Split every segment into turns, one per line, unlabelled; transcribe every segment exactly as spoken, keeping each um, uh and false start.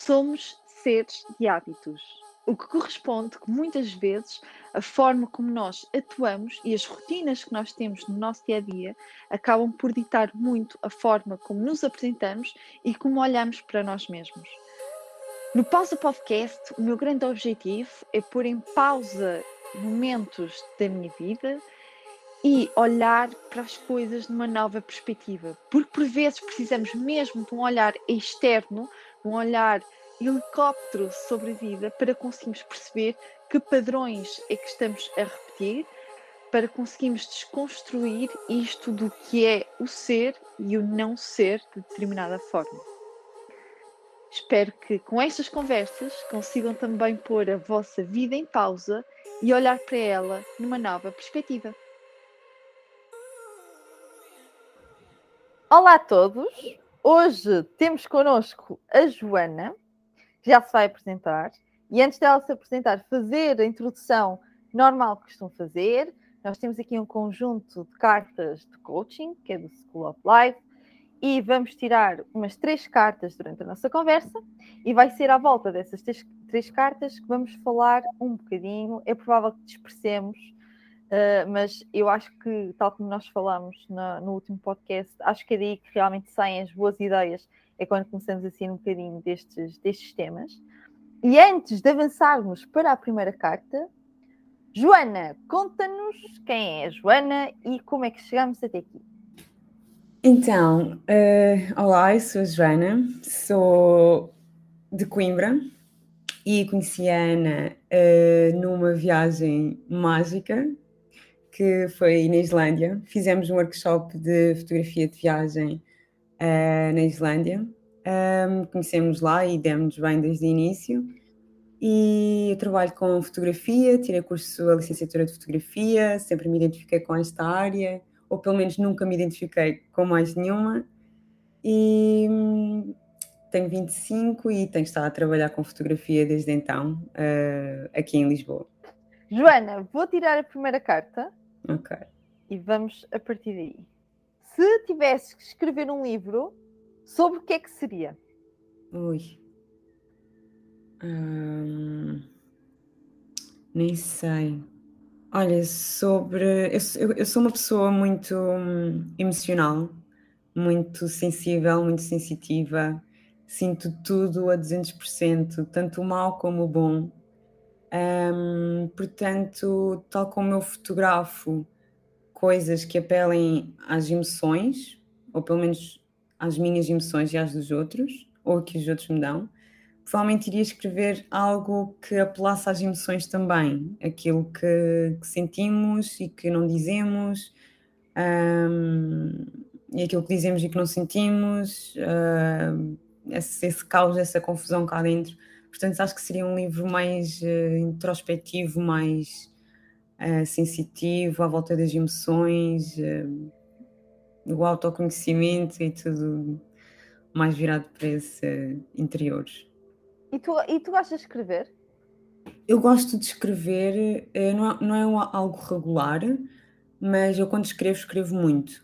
Somos seres de hábitos, o que corresponde que muitas vezes a forma como nós atuamos e as rotinas que nós temos no nosso dia a dia acabam por ditar muito a forma como nos apresentamos e como olhamos para nós mesmos. No Pausa Podcast, o meu grande objetivo é pôr em pausa momentos da minha vida e olhar para as coisas numa nova perspectiva, porque por vezes precisamos mesmo de um olhar externo, um olhar helicóptero sobre a vida para conseguirmos perceber que padrões é que estamos a repetir, para conseguirmos desconstruir isto do que é o ser e o não ser de determinada forma. Espero que com estas conversas consigam também pôr a vossa vida em pausa e olhar para ela numa nova perspectiva.
Olá a todos! Hoje temos connosco a Joana, que já se vai apresentar. E antes dela se apresentar, fazer a introdução normal que costumam fazer. Nós temos aqui um conjunto de cartas de coaching, que é do School of Life, e vamos tirar umas três cartas durante a nossa conversa, e vai ser à volta dessas três, três cartas que vamos falar um bocadinho. É provável que dispersemos, uh, mas eu acho que, tal como nós falámos na, no último podcast, acho que é daí que realmente saem as boas ideias, é quando começamos a sair um bocadinho destes, destes temas. E antes de avançarmos para a primeira carta, Joana, conta-nos quem é a Joana e como é que chegamos até aqui.
Então, uh, olá, eu sou a Joana, sou de Coimbra e conheci a Ana uh, numa viagem mágica que foi na Islândia. Fizemos um workshop de fotografia de viagem uh, na Islândia. Um, conhecemos lá e demos-nos bem desde o início. E eu trabalho com fotografia, tirei curso, a licenciatura de fotografia, sempre me identifiquei com esta área, ou pelo menos nunca me identifiquei com mais nenhuma. E hum, tenho vinte e cinco e tenho estado a trabalhar com fotografia desde então, uh, aqui em Lisboa.
Joana, vou tirar a primeira carta.
Ok.
E vamos a partir daí. Se tivesses que escrever um livro, sobre o que é que seria?
Ui. Hum, nem sei. Olha, sobre... Eu, eu sou uma pessoa muito hum, emocional, muito sensível, muito sensitiva. Sinto tudo a duzentos por cento, tanto o mau como o bom. Hum, portanto, tal como eu fotografo coisas que apelem às emoções, ou pelo menos às minhas emoções e às dos outros, ou que os outros me dão, provavelmente iria escrever algo que apelasse às emoções também, aquilo que, que sentimos e que não dizemos, um, e aquilo que dizemos e que não sentimos, uh, esse, esse caos, essa confusão cá dentro. Portanto, acho que seria um livro mais uh, introspectivo, mais uh, sensitivo, à volta das emoções, uh, do autoconhecimento e tudo mais virado para esse uh, interior.
E tu, e tu gostas de escrever?
Eu gosto de escrever, não é, não é algo regular, mas eu quando escrevo, escrevo muito.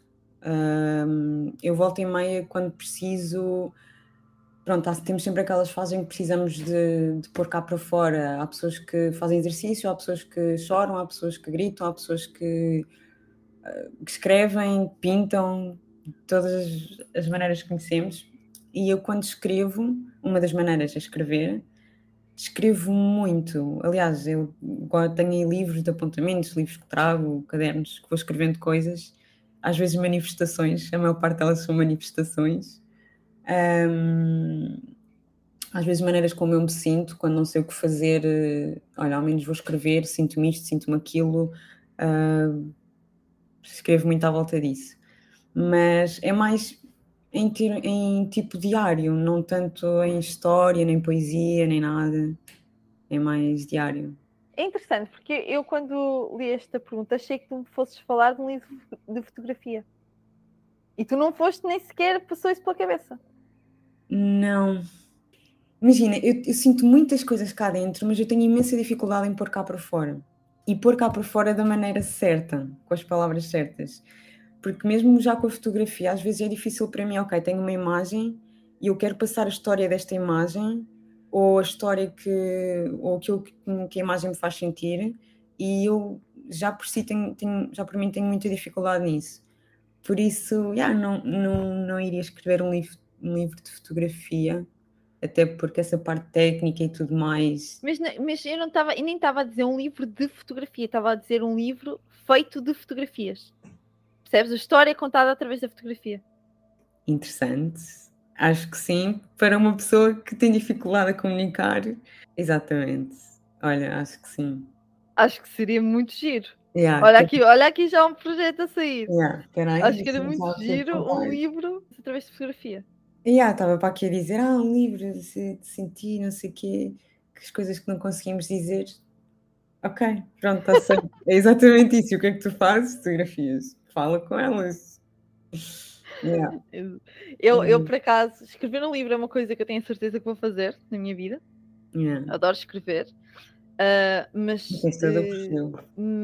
Um, eu volto e meia quando preciso. Pronto, há, temos sempre aquelas fases em que precisamos de, de pôr cá para fora. Há pessoas que fazem exercício, há pessoas que choram, há pessoas que gritam, há pessoas que, que escrevem, pintam, todas as maneiras que conhecemos. E eu quando escrevo, uma das maneiras é escrever, escrevo muito. Aliás, eu tenho aí livros de apontamentos, livros que trago, cadernos, que vou escrevendo coisas. Às vezes manifestações, a maior parte delas são manifestações. Um, às vezes maneiras como eu me sinto, quando não sei o que fazer, olha, ao menos vou escrever, sinto-me isto, sinto-me aquilo. Uh, escrevo muito à volta disso. Mas é mais em, em tipo diário, não tanto em história, nem poesia, nem nada. É mais diário.
É interessante, porque eu quando li esta pergunta achei que tu me fosses falar de um livro de fotografia. E tu não foste, nem sequer passou isso pela cabeça.
Não. Imagina, eu, eu sinto muitas coisas cá dentro, mas eu tenho imensa dificuldade em pôr cá para fora. E pôr cá para fora da maneira certa, com as palavras certas. Porque mesmo já com a fotografia, às vezes é difícil para mim, ok, tenho uma imagem e eu quero passar a história desta imagem, ou a história que, ou aquilo que, que a imagem me faz sentir, e eu já por si tenho, tenho, já por mim tenho muita dificuldade nisso. Por isso, yeah, não, não, não iria escrever um livro, um livro de fotografia, até porque essa parte técnica e tudo mais.
Mas, mas eu não estava, nem estava a dizer um livro de fotografia, estava a dizer um livro feito de fotografias. Percebes? A história é contada através da fotografia.
Interessante. Acho que sim, para uma pessoa que tem dificuldade a comunicar. Exatamente. Olha, acho que sim.
Acho que seria muito giro.
Yeah,
olha,
que...
aqui, olha aqui já um projeto a sair.
Yeah, peraí,
acho que era muito giro um livro através de fotografia.
Yeah, estava para aqui a dizer, ah, um livro de, de sentir, não sei o quê, que as coisas que não conseguimos dizer. Ok, pronto, está certo. É exatamente isso. E o que é que tu fazes? Fotografias. Fala com elas. Yeah.
Eu, uhum. eu, por acaso, escrever um livro é uma coisa que eu tenho a certeza que vou fazer na minha vida.
Yeah.
Adoro escrever. Uh, mas,
uh,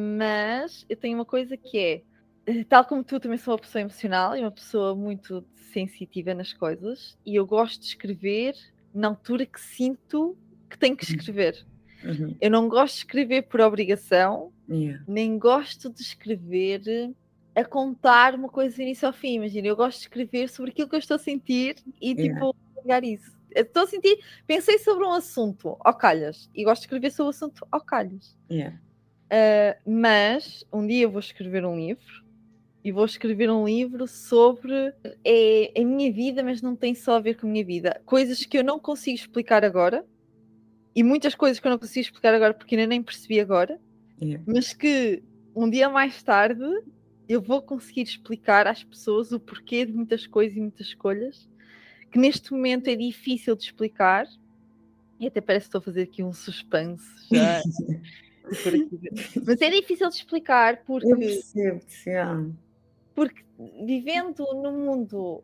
mas eu tenho uma coisa que é, tal como tu, também sou uma pessoa emocional e uma pessoa muito sensitiva nas coisas, e eu gosto de escrever na altura que sinto que tenho que escrever.
Uhum.
Eu não gosto de escrever por obrigação,
yeah.
nem gosto de escrever a contar uma coisa do início ao fim. Imagina, eu gosto de escrever sobre aquilo que eu estou a sentir e
yeah.
tipo, pegar isso. Eu estou a sentir, pensei sobre um assunto ao calhas e gosto de escrever sobre o assunto ao calhas.
Yeah.
Uh, mas um dia eu vou escrever um livro e vou escrever um livro sobre é, a minha vida, mas não tem só a ver com a minha vida. Coisas que eu não consigo explicar agora. E muitas coisas que eu não consigo explicar agora porque ainda nem percebi agora,
yeah.
mas que um dia mais tarde eu vou conseguir explicar às pessoas o porquê de muitas coisas e muitas escolhas que neste momento é difícil de explicar, e até parece que estou a fazer aqui um suspense já. por aqui. Mas é difícil de explicar porque,
eu percebo, yeah.
porque vivendo num mundo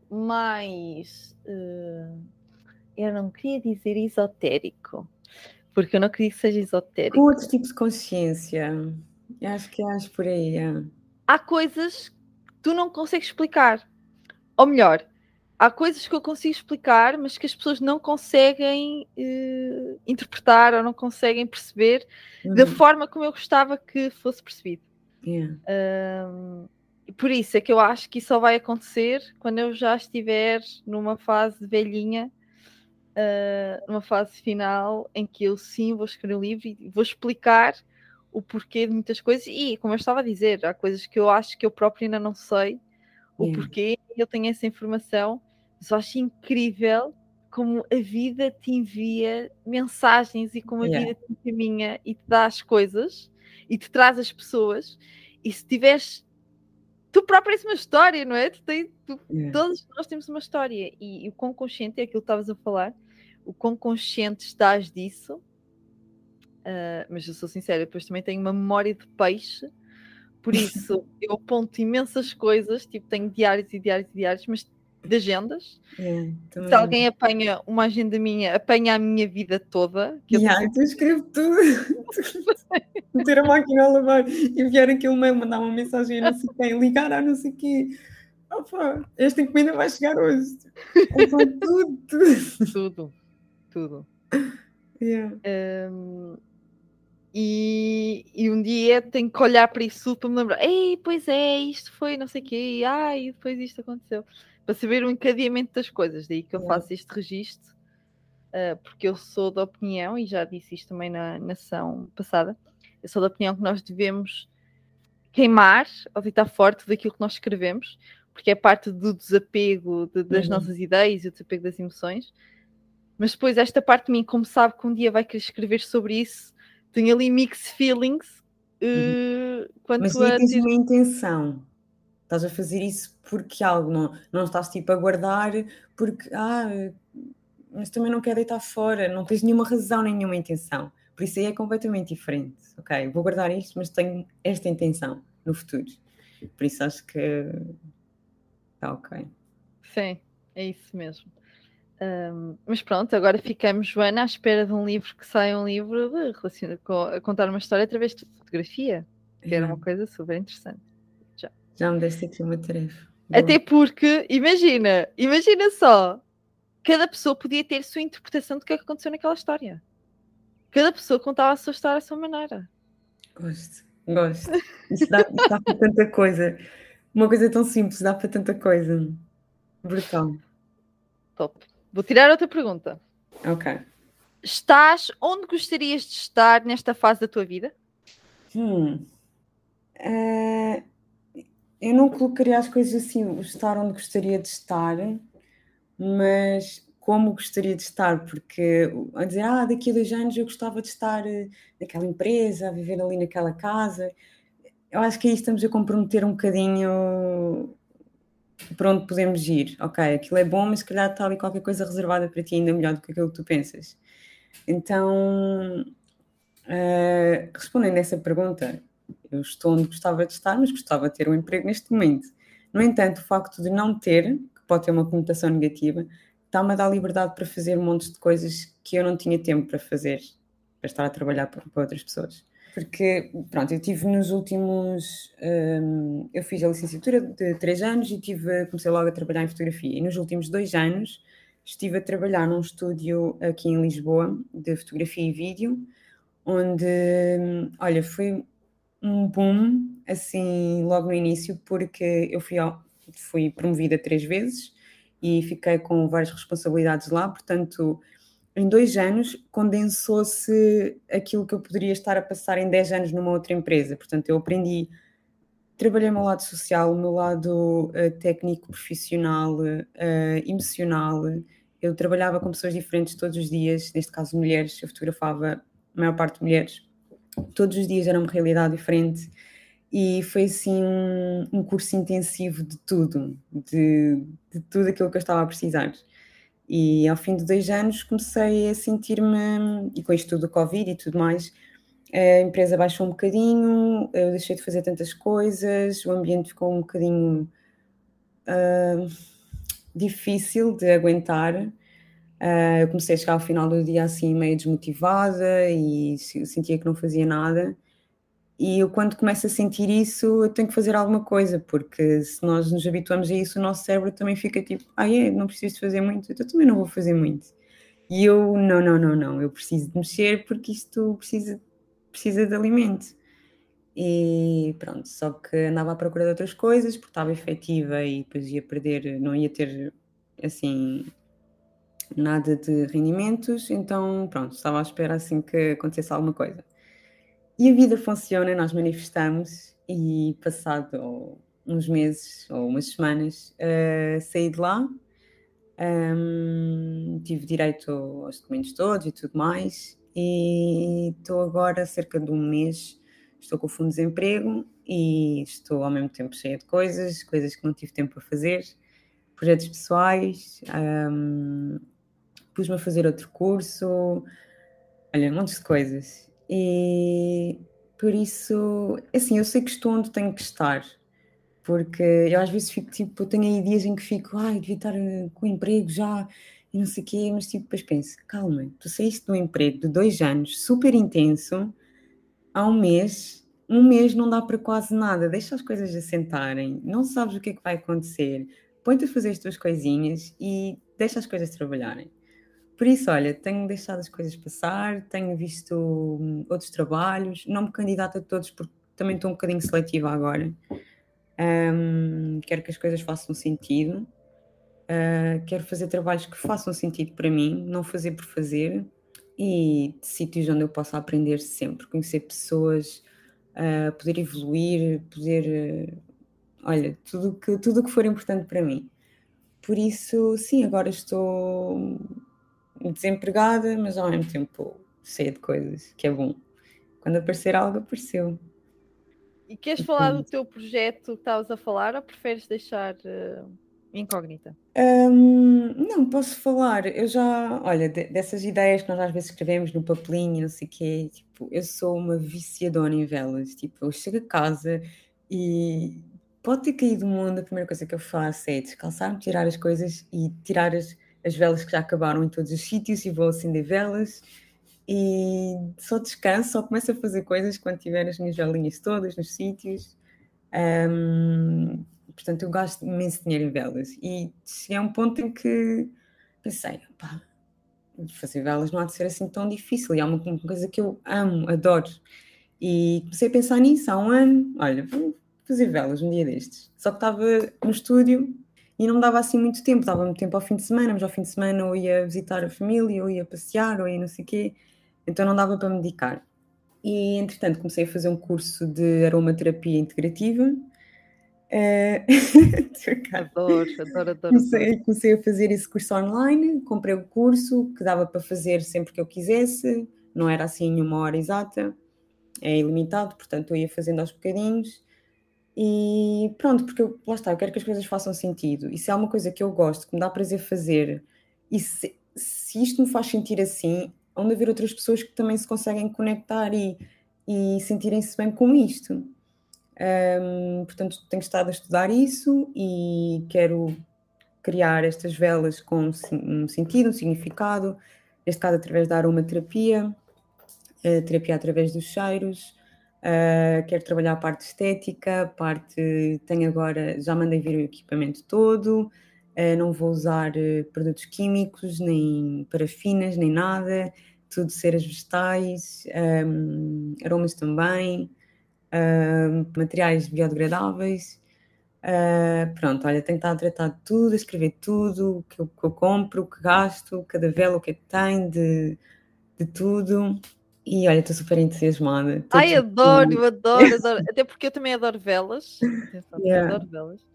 mais uh, eu não queria dizer esotérico, porque eu não queria que seja esotérico.
Com outro tipo de consciência. Acho que acho por aí. Yeah.
Há coisas que tu não consegues explicar. Ou melhor, há coisas que eu consigo explicar, mas que as pessoas não conseguem uh, interpretar ou não conseguem perceber uhum. da forma como eu gostava que fosse percebido.
Yeah.
Um, por isso é que eu acho que isso só vai acontecer quando eu já estiver numa fase velhinha, uh, numa fase final, em que eu sim vou escrever um livro e vou explicar o porquê de muitas coisas. E, como eu estava a dizer, há coisas que eu acho que eu própria ainda não sei o yeah. porquê, e eu tenho essa informação. Mas eu acho incrível como a vida te envia mensagens e como a yeah. vida te encaminha e te dá as coisas e te traz as pessoas. E se tiveres... Tu própria és uma história, não é? Tu tens, tu, yeah. Todos nós temos uma história. E, e o quão consciente, é aquilo que estavas a falar, o quão consciente estás disso. Uh, mas eu sou sincera, depois também tenho uma memória de peixe, por isso eu aponto imensas coisas, tipo, tenho diários e diários e diários, mas de agendas.
Yeah,
se alguém apanha uma agenda minha, apanha a minha vida toda.
Que yeah, eu, eu escrevo tudo. Meter a máquina a lavar, enviar aquele mail, mandar uma mensagem a não sei quem, ligar a não sei quê. Opa, esta encomenda vai chegar hoje. Opa, tudo, tudo.
Tudo, tudo.
Yeah.
Um, e, e um dia tenho que olhar para isso para me lembrar. Ei, pois é, isto foi não sei o quê. Ai, depois isto aconteceu. Para saber o encadeamento das coisas. Daí que eu faço este registro. Uh, porque eu sou da opinião, e já disse isto também na, na sessão passada, eu sou da opinião que nós devemos queimar ou deitar forte daquilo que nós escrevemos, porque é parte do desapego de, das uhum. nossas ideias e o desapego das emoções. Mas depois esta parte de mim, como sabe que um dia vai querer escrever sobre isso, tem ali mixed feelings. Uh, quanto
Mas
a
tens
ter...
uma intenção. Estás a fazer isso porque algo, não, não estás tipo a guardar porque, ah, mas também não quero deitar fora, não tens nenhuma razão, nem nenhuma intenção. Por isso aí é completamente diferente. Ok, vou guardar isto, mas tenho esta intenção no futuro. Por isso acho que está ok.
Sim, é isso mesmo. Um, mas pronto, agora ficamos, Joana, à espera de um livro que saia um livro de, relaciona, com, a contar uma história através de fotografia, que yeah. era uma coisa super interessante. Já,
Já me deste aqui uma tarefa. Boa.
Até porque, imagina, imagina só, cada pessoa podia ter a sua interpretação do que é que aconteceu naquela história. Cada pessoa contava a sua história à sua maneira.
Gosto, gosto. Isso dá, isso dá para tanta coisa. Uma coisa tão simples, dá para tanta coisa. Brutal.
Top. Vou tirar outra pergunta.
Ok.
Estás onde gostarias de estar nesta fase da tua vida?
Hum. Uh, eu não colocaria as coisas assim, o estar onde gostaria de estar, mas como gostaria de estar, porque a dizer, ah, daqui a dois anos eu gostava de estar naquela empresa, a viver ali naquela casa, eu acho que aí estamos a comprometer um bocadinho para onde podemos ir. Ok, aquilo é bom, mas se calhar está ali qualquer coisa reservada para ti ainda melhor do que aquilo que tu pensas. Então, uh, respondendo a essa pergunta, eu estou onde gostava de estar, mas gostava de ter um emprego neste momento. No entanto, o facto de não ter, que pode ter uma conotação negativa, está-me a dar liberdade para fazer um monte de coisas que eu não tinha tempo para fazer, para estar a trabalhar para, para outras pessoas. Porque, pronto, eu tive nos últimos... Um, eu fiz a licenciatura de três anos e tive, comecei logo a trabalhar em fotografia. E nos últimos dois anos estive a trabalhar num estúdio aqui em Lisboa, de fotografia e vídeo, onde, olha, foi um boom, assim, logo no início, porque eu fui, ao, fui promovida três vezes e fiquei com várias responsabilidades lá, portanto, em dois anos condensou-se aquilo que eu poderia estar a passar em dez anos numa outra empresa. Portanto, eu aprendi, trabalhei o meu lado social, o meu lado uh, técnico, profissional, uh, emocional. Eu trabalhava com pessoas diferentes todos os dias, neste caso mulheres, eu fotografava a maior parte de mulheres. Todos os dias era uma realidade diferente e foi assim um, um curso intensivo de tudo, de, de tudo aquilo que eu estava a precisar. E ao fim de dois anos comecei a sentir-me, e com isto tudo do Covid e tudo mais, a empresa baixou um bocadinho, eu deixei de fazer tantas coisas, o ambiente ficou um bocadinho uh, difícil de aguentar. Uh, eu comecei a chegar ao final do dia assim meio desmotivada e sentia que não fazia nada. E eu, quando começo a sentir isso, eu tenho que fazer alguma coisa, porque se nós nos habituamos a isso, o nosso cérebro também fica tipo, ah é, não preciso de fazer muito, então também não vou fazer muito. E eu, não, não, não, não, eu preciso de mexer porque isto precisa, precisa de alimento. E pronto, só que andava à procura de outras coisas, porque estava efetiva e depois ia perder, não ia ter, assim, nada de rendimentos, então pronto, estava à espera assim que acontecesse alguma coisa. E a vida funciona, nós manifestamos e passado uns meses ou umas semanas uh, saí de lá, um, tive direito aos documentos todos e tudo mais e estou agora há cerca de um mês, estou com o fundo de desemprego e estou ao mesmo tempo cheia de coisas, coisas que não tive tempo para fazer, projetos pessoais, um, pus-me a fazer outro curso, olha, um monte de coisas. E por isso, assim, eu sei que estou onde tenho que estar, porque eu às vezes fico tipo, eu tenho aí dias em que fico, ai, devia estar com emprego já e não sei o quê, mas tipo, depois penso, calma, tu saíste de um emprego de dois anos super intenso, há um mês, um mês não dá para quase nada, deixa as coisas assentarem, não sabes o que é que vai acontecer, põe-te a fazer as tuas coisinhas e deixa as coisas trabalharem. Por isso, olha, tenho deixado as coisas passar, tenho visto hum, outros trabalhos, não me candidato a todos porque também estou um bocadinho seletiva agora. Um, quero que as coisas façam sentido, uh, quero fazer trabalhos que façam sentido para mim, não fazer por fazer, e de sítios onde eu possa aprender sempre, conhecer pessoas, uh, poder evoluir, poder, uh, olha, tudo que, tudo que for importante para mim. Por isso, sim, agora estou desempregada, mas ao mesmo tempo cheia de coisas, que é bom. Quando aparecer algo, apareceu.
E queres falar do teu projeto que estavas a falar ou preferes deixar uh, incógnita?
Um, não, posso falar. Eu já, olha, de, dessas ideias que nós às vezes escrevemos no papelinho, não sei o quê, tipo, eu sou uma viciadora em velas. Tipo, eu chego a casa e pode ter caído o mundo, a primeira coisa que eu faço é descalçar-me, tirar as coisas e tirar as, as velas que já acabaram em todos os sítios e vou acender velas e só descanso, só começo a fazer coisas quando tiver as minhas velinhas todas nos sítios. Um, portanto, eu gasto imenso dinheiro em velas e cheguei a um ponto em que pensei, pá, fazer velas não há de ser assim tão difícil, e é uma uma coisa que eu amo, adoro. E comecei a pensar nisso há um ano, olha, vou fazer velas um dia destes. Só que estava no estúdio e não me dava assim muito tempo, dava muito tempo ao fim de semana, mas ao fim de semana eu ia visitar a família, ou ia passear, ou ia não sei o quê, então não dava para me dedicar. E entretanto comecei a fazer um curso de aromaterapia integrativa. Eh, tua cara.
Adoro, adoro, adoro, adoro.
Comecei, comecei a fazer esse curso online, comprei o curso que dava para fazer sempre que eu quisesse, não era assim uma hora exata, é ilimitado, portanto eu ia fazendo aos bocadinhos e pronto, porque eu, lá está, eu quero que as coisas façam sentido, e se é uma coisa que eu gosto, que me dá prazer fazer, e se, se isto me faz sentir assim, hão de haver outras pessoas que também se conseguem conectar e, e sentirem-se bem com isto. Um, portanto, tenho estado a estudar isso e quero criar estas velas com um sentido, um significado, neste caso através da aromaterapia, a terapia através dos cheiros. Uh, quero trabalhar a parte estética, a parte, tenho agora, já mandei vir o equipamento todo, uh, não vou usar uh, produtos químicos, nem parafinas, nem nada, tudo ceras vegetais, um, aromas também, uh, materiais biodegradáveis. Uh, pronto, olha, tenho estado a tratar de tudo, a escrever tudo, o que eu, que eu compro, o que gasto, cada vela, o que é que tem, de, de tudo. E olha, estou super entusiasmada. Estou
Ai, adoro, adoro, adoro. Até porque eu também adoro velas. Atenção,
Yeah.
adoro velas.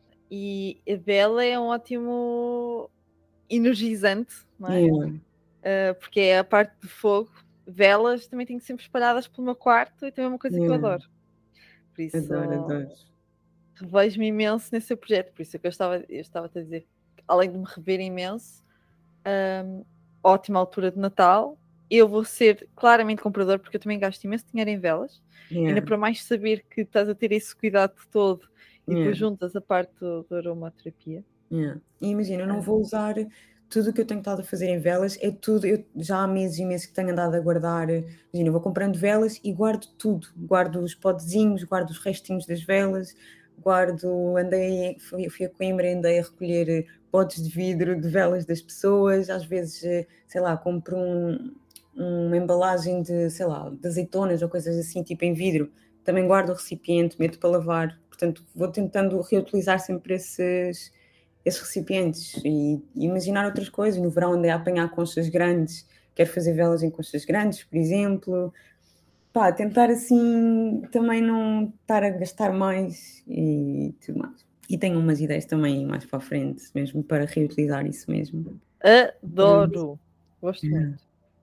E a vela é um ótimo energizante, não é?
Yeah.
Uh, porque é a parte do fogo. Velas também tenho sempre espalhadas pelo meu quarto e também é uma coisa
Yeah.
que eu adoro. Por isso,
Adoro, adoro.
revejo-me imenso nesse projeto. Por isso é que eu estava, eu estava a dizer, além de me rever imenso, um, ótima altura de Natal. Eu vou ser claramente comprador, porque eu também gasto imenso dinheiro em velas.
Yeah.
Ainda para mais saber que estás a ter esse cuidado todo e
Yeah.
depois juntas a parte do, do aromaterapia.
Yeah. E imagina, eu não
Ah.
vou usar tudo o que eu tenho estado a fazer em velas, é tudo, eu já há meses e meses que tenho andado a guardar, imagina, eu vou comprando velas e guardo tudo, guardo os potezinhos, guardo os restinhos das velas, guardo, andei, fui, fui a Coimbra e andei a recolher potes de vidro de velas das pessoas, às vezes, sei lá, compro um, uma embalagem de, sei lá, de azeitonas ou coisas assim, tipo em vidro, também guardo o recipiente, meto para lavar, portanto vou tentando reutilizar sempre esses, esses recipientes e imaginar outras coisas. No verão andei a apanhar conchas grandes, quero fazer velas em conchas grandes, por exemplo. Pá, tentar assim também não estar a gastar mais e tudo mais. E tenho umas ideias também mais para a frente, mesmo para reutilizar isso mesmo.
Adoro! Gosto
Yeah.
muito.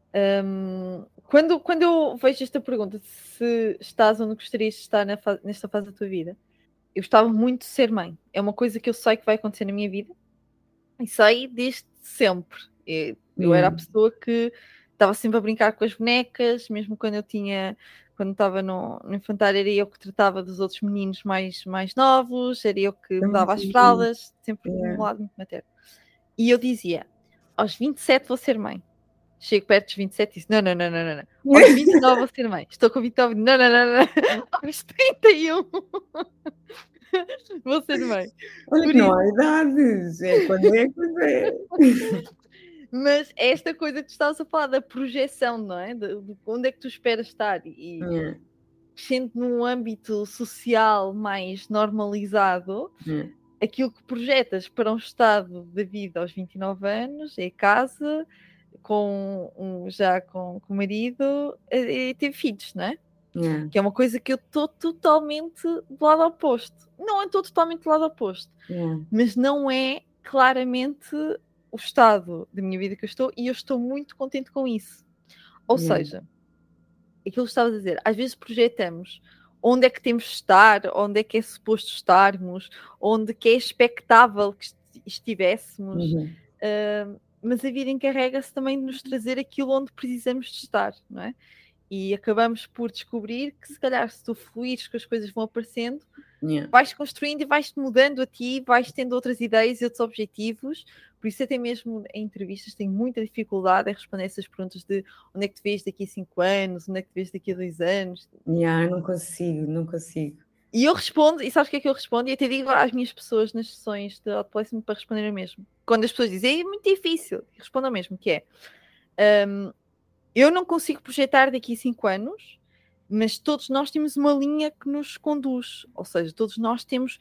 Um, quando, quando eu vejo esta pergunta, se estás onde gostarias de estar na fa- nesta fase da tua vida, eu gostava muito de ser mãe. É uma coisa que eu sei que vai acontecer na minha vida e sei desde sempre. Eu, eu era a
Yeah.
pessoa que estava sempre a brincar com as bonecas, mesmo quando eu tinha, quando estava no, no infantário, era eu que tratava dos outros meninos mais, mais novos, era eu que
Tão
mudava as
giro.
fraldas, sempre
Yeah.
um lado muito materno. E eu dizia, aos vinte e sete vou ser mãe. Chego perto dos vinte e sete e disse, não, não, não, não, não, não. Aos vinte e nove vou ser mãe. Estou com vinte e nove, não, não, não, não. Aos trinta e um vou ser mãe.
Olha
Por
que não
isso.
há idades, é quando é, quando é.
Mas é esta coisa que tu estavas a falar da projeção, não é? De, de onde é que tu esperas estar e
Yeah.
sendo num âmbito social mais normalizado,
Yeah.
aquilo que projetas para um estado da vida aos vinte e nove anos é casa, com um, já com o marido e ter filhos, não é?
Yeah.
Que é uma coisa que eu estou totalmente do lado oposto. Não estou totalmente do lado oposto,
Yeah.
mas não é claramente o estado da minha vida que eu estou e eu estou muito contente com isso. Ou
Yeah.
seja, aquilo que estavas a dizer, às vezes projetamos onde é que temos de estar, onde é que é suposto estarmos, onde que é expectável que estivéssemos,
Uhum.
uh, mas a vida encarrega-se também de nos trazer aquilo onde precisamos de estar, não é? E acabamos por descobrir que se calhar se tu fluires que as coisas vão aparecendo,
Yeah.
vais construindo e vais-te mudando a ti, vais tendo outras ideias e outros objetivos. Por isso até mesmo em entrevistas tenho muita dificuldade em responder essas perguntas de onde é que te vês daqui a cinco anos, onde é que te vês daqui a dois anos.
Yeah, não consigo, não consigo.
E eu respondo, e sabes o que é que eu respondo? E até digo às minhas pessoas nas sessões de outplacement para responderem mesmo. Quando as pessoas dizem, é muito difícil, eu respondo ao mesmo, que é, um, eu não consigo projetar daqui a cinco anos, mas todos nós temos uma linha que nos conduz, ou seja, todos nós temos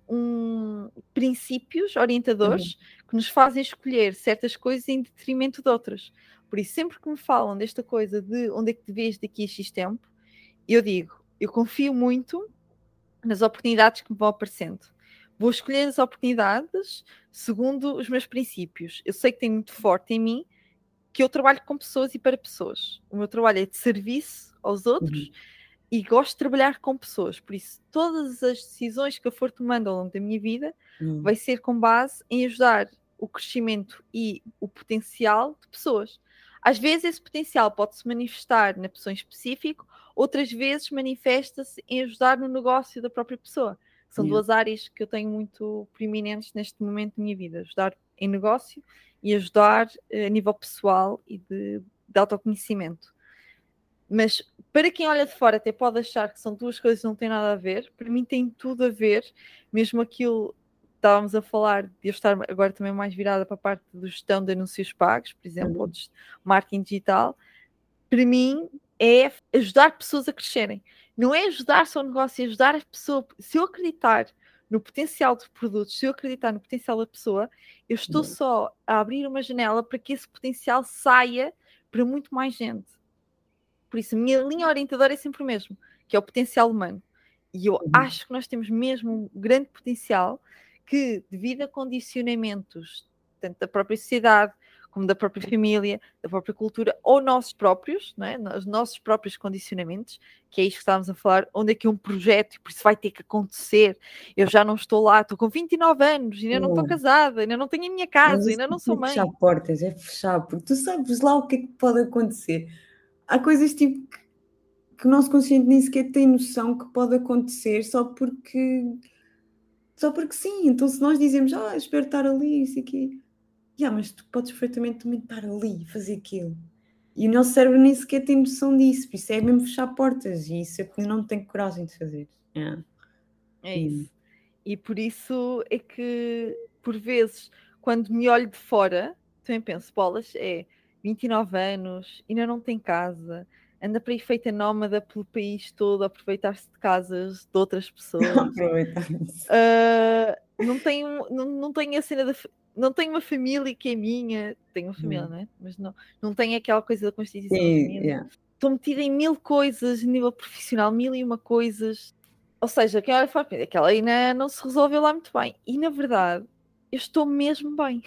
um, princípios orientadores uhum. que nos fazem escolher certas coisas em detrimento de outras. Por isso, sempre que me falam desta coisa de onde é que te vês daqui a X tempo, eu digo, eu confio muito nas oportunidades que me vão aparecendo. Vou escolher as oportunidades segundo os meus princípios. Eu sei que tem muito forte em mim que eu trabalho com pessoas e para pessoas. O meu trabalho é de serviço aos outros uhum. e gosto de trabalhar com pessoas. Por isso, todas as decisões que eu for tomando ao longo da minha vida uhum. vai ser com base em ajudar o crescimento e o potencial de pessoas. Às vezes esse potencial pode-se manifestar na pessoa em específico, outras vezes manifesta-se em ajudar no negócio da própria pessoa. São yeah. duas áreas que eu tenho muito preeminentes neste momento da minha vida. Ajudar em negócio e ajudar a nível pessoal e de, de autoconhecimento. Mas para quem olha de fora até pode achar que são duas coisas que não têm nada a ver. Para mim tem tudo a ver, mesmo aquilo estávamos a falar de eu estar agora também mais virada para a parte de gestão de anúncios pagos, por exemplo, uhum. ou de marketing digital. Para mim é ajudar pessoas a crescerem. Não é ajudar só o negócio, é ajudar a pessoa. Se eu acreditar no potencial de produtos, se eu acreditar no potencial da pessoa, eu estou uhum. só a abrir uma janela para que esse potencial saia para muito mais gente. Por isso, a minha linha orientadora é sempre o mesmo, que é o potencial humano. E eu uhum. acho que nós temos mesmo um grande potencial que, devido a condicionamentos, tanto da própria sociedade, como da própria família, da própria cultura, ou nossos próprios, não é? Os nossos próprios condicionamentos, que é isto que estávamos a falar, onde é que é um projeto, e por isso vai ter que acontecer, eu já não estou lá, estou com vinte e nove anos, ainda não estou casada, ainda não tenho a minha casa, ainda não sou mãe.
É fechar portas, é fechar, porque tu sabes lá o que é que pode acontecer. Há coisas tipo que, que o nosso consciente nem sequer tem noção que pode acontecer só porque só porque sim. Então se nós dizemos, ah, espero estar ali, isso aqui, yeah, mas tu podes perfeitamente também estar ali e fazer aquilo. E o nosso cérebro nem sequer tem noção disso, por isso é mesmo fechar portas, e isso eu não tenho coragem de fazer. Yeah.
É isso. Hum. E por isso é que, por vezes, quando me olho de fora, também penso, bolas, é vinte e nove anos, ainda não tem casa, anda para aí feita nómada pelo país todo, a aproveitar-se de casas de outras pessoas.
Aproveitar-se.
Uh, não tenho, não, não tenho a cena da... Não tenho uma família que é minha, tenho uma família, hum. não é? Mas não, não tenho aquela coisa da constituição
Sim,
da família.
yeah.
Estou metida em mil coisas, a nível profissional, mil e uma coisas. Ou seja, quem olha fala, aquela ainda não se resolveu lá muito bem. E, na verdade, eu estou mesmo bem.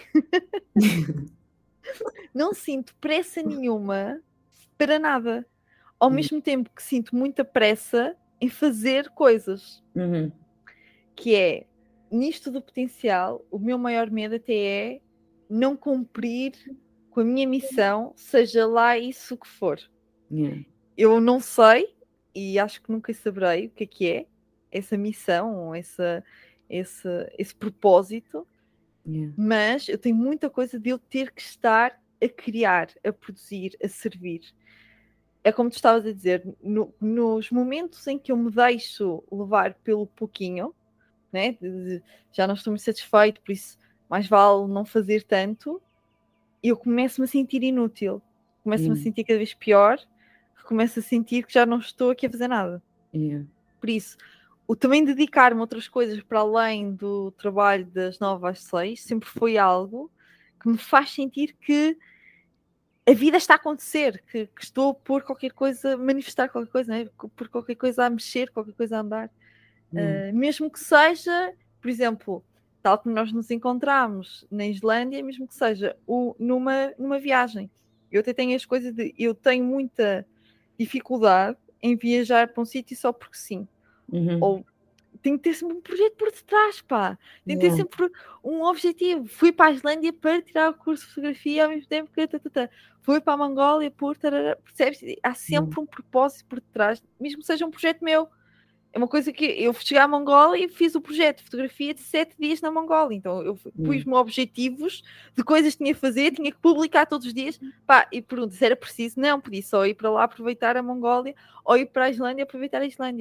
Não sinto pressa nenhuma para nada. Ao uhum. mesmo tempo que sinto muita pressa em fazer coisas.
Uhum.
Que é, nisto do potencial, o meu maior medo até é não cumprir com a minha missão, seja lá isso que for.
Yeah.
Eu não sei, e acho que nunca saberei o que é que é essa missão, essa, esse, esse propósito,
yeah.
mas eu tenho muita coisa de eu ter que estar a criar, a produzir, a servir. É como tu estavas a dizer, no, nos momentos em que eu me deixo levar pelo pouquinho, né, de, de, já não estou muito satisfeito, por isso mais vale não fazer tanto, eu começo-me a sentir inútil, começo-me
yeah.
a sentir cada vez pior, começo a sentir que já não estou aqui a fazer nada.
Yeah.
Por isso, o também dedicar-me a outras coisas para além do trabalho das nove às seis sempre foi algo que me faz sentir que a vida está a acontecer, que, que estou por qualquer coisa, manifestar qualquer coisa, né? Por qualquer coisa a mexer, qualquer coisa a andar. Uh, mesmo que seja, por exemplo, tal como nós nos encontramos na Islândia, mesmo que seja o, numa, numa viagem. Eu até tenho as coisas de... Eu tenho muita dificuldade em viajar para um sítio só porque sim.
Uhum.
Ou tem que ter sempre um projeto por detrás, pá. Tem que
Yeah.
ter sempre um objetivo. Fui para a Islândia para tirar o curso de fotografia ao mesmo tempo que... Tatata. Fui para a Mongólia por... Tarara, percebes? Há sempre uhum. um propósito por detrás, mesmo que seja um projeto meu. É uma coisa que eu cheguei à Mongólia e fiz o projeto de fotografia de sete dias na Mongólia. Então eu pus-me objetivos de coisas que tinha que fazer, tinha que publicar todos os dias. Pá, e pergunto se era preciso. Não, podia só ir para lá aproveitar a Mongólia ou ir para a Islândia aproveitar a Islândia.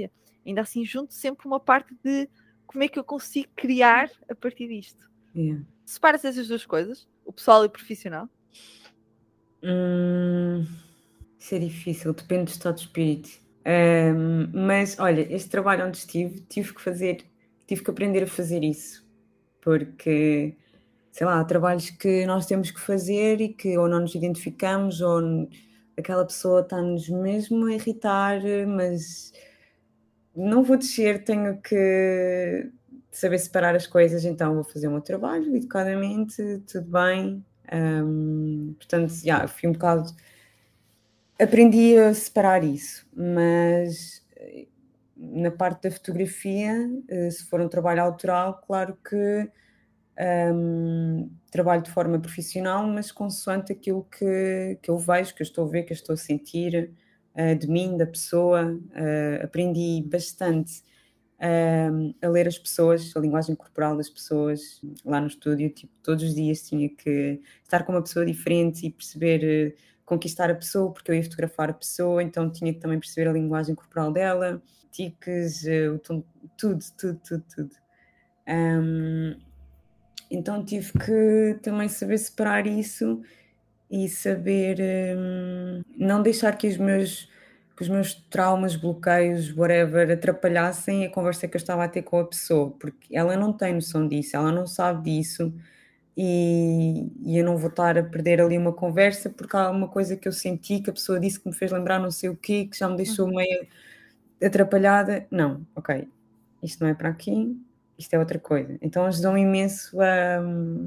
ainda assim junto sempre uma parte de como é que eu consigo criar a partir disto.
Yeah.
Separas essas duas coisas, o pessoal e o profissional?
Hum, isso é difícil, depende do estado de espírito. Um, mas olha, este trabalho onde estive, tive que fazer, tive que aprender a fazer isso, porque sei lá, há trabalhos que nós temos que fazer e que ou não nos identificamos ou n- aquela pessoa está-nos mesmo a irritar, mas não vou descer, tenho que saber separar as coisas, então vou fazer o meu trabalho educadamente, tudo bem. Um, portanto, já, fui um bocado. Aprendi a separar isso, mas eh, na parte da fotografia, eh, se for um trabalho autoral, claro que um, trabalho de forma profissional, mas consoante aquilo que, que eu vejo, que eu estou a ver, que eu estou a sentir uh, de mim, da pessoa. Uh, aprendi bastante um, a ler as pessoas, a linguagem corporal das pessoas lá no estúdio. Tipo, todos os dias tinha que estar com uma pessoa diferente e perceber, uh, conquistar a pessoa, porque eu ia fotografar a pessoa, então tinha que também perceber a linguagem corporal dela, tiques, uh, o tom, tudo, tudo, tudo, tudo. Um, então tive que também saber separar isso e saber hum, não deixar que os meus, que os meus traumas, bloqueios, whatever, atrapalhassem a conversa que eu estava a ter com a pessoa, porque ela não tem noção disso, ela não sabe disso e, e eu não vou estar a perder ali uma conversa porque há uma coisa que eu senti que a pessoa disse que me fez lembrar não sei o quê, que já me deixou
Uhum.
meio atrapalhada. Não, ok, isto não é para aqui, isto é outra coisa. Então ajudou-me imenso a,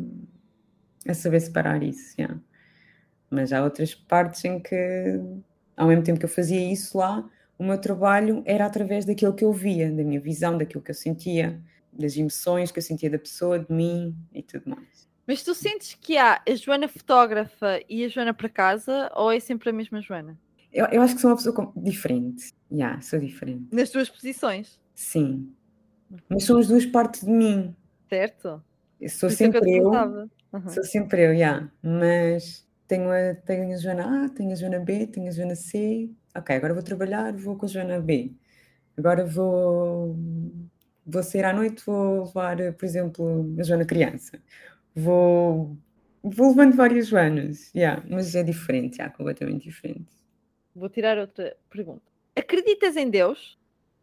a saber separar isso, yeah. Mas há outras partes em que, ao mesmo tempo que eu fazia isso lá, o meu trabalho era através daquilo que eu via, da minha visão, daquilo que eu sentia, das emoções que eu sentia da pessoa, de mim e tudo mais.
Mas tu sentes que há a Joana fotógrafa e a Joana para casa, ou é sempre a mesma Joana?
Eu, eu acho que sou uma pessoa com- diferente. Já, yeah, sou diferente.
Nas tuas posições?
Sim. Mas são as duas partes de mim.
Certo?
Eu sou
Por isso é que eu te
sempre eu,
perguntava. Uhum.
sou sempre eu, já. Yeah. Mas tenho a, tenho a Joana A, tenho a Joana B, tenho a Joana C. Ok, agora vou trabalhar, vou com a Joana B. Agora vou, vou sair à noite, vou levar, por exemplo, a Joana criança. Vou, vou levando várias Joanas, yeah, mas é diferente, yeah, completamente diferente.
Vou tirar outra pergunta. Acreditas em Deus?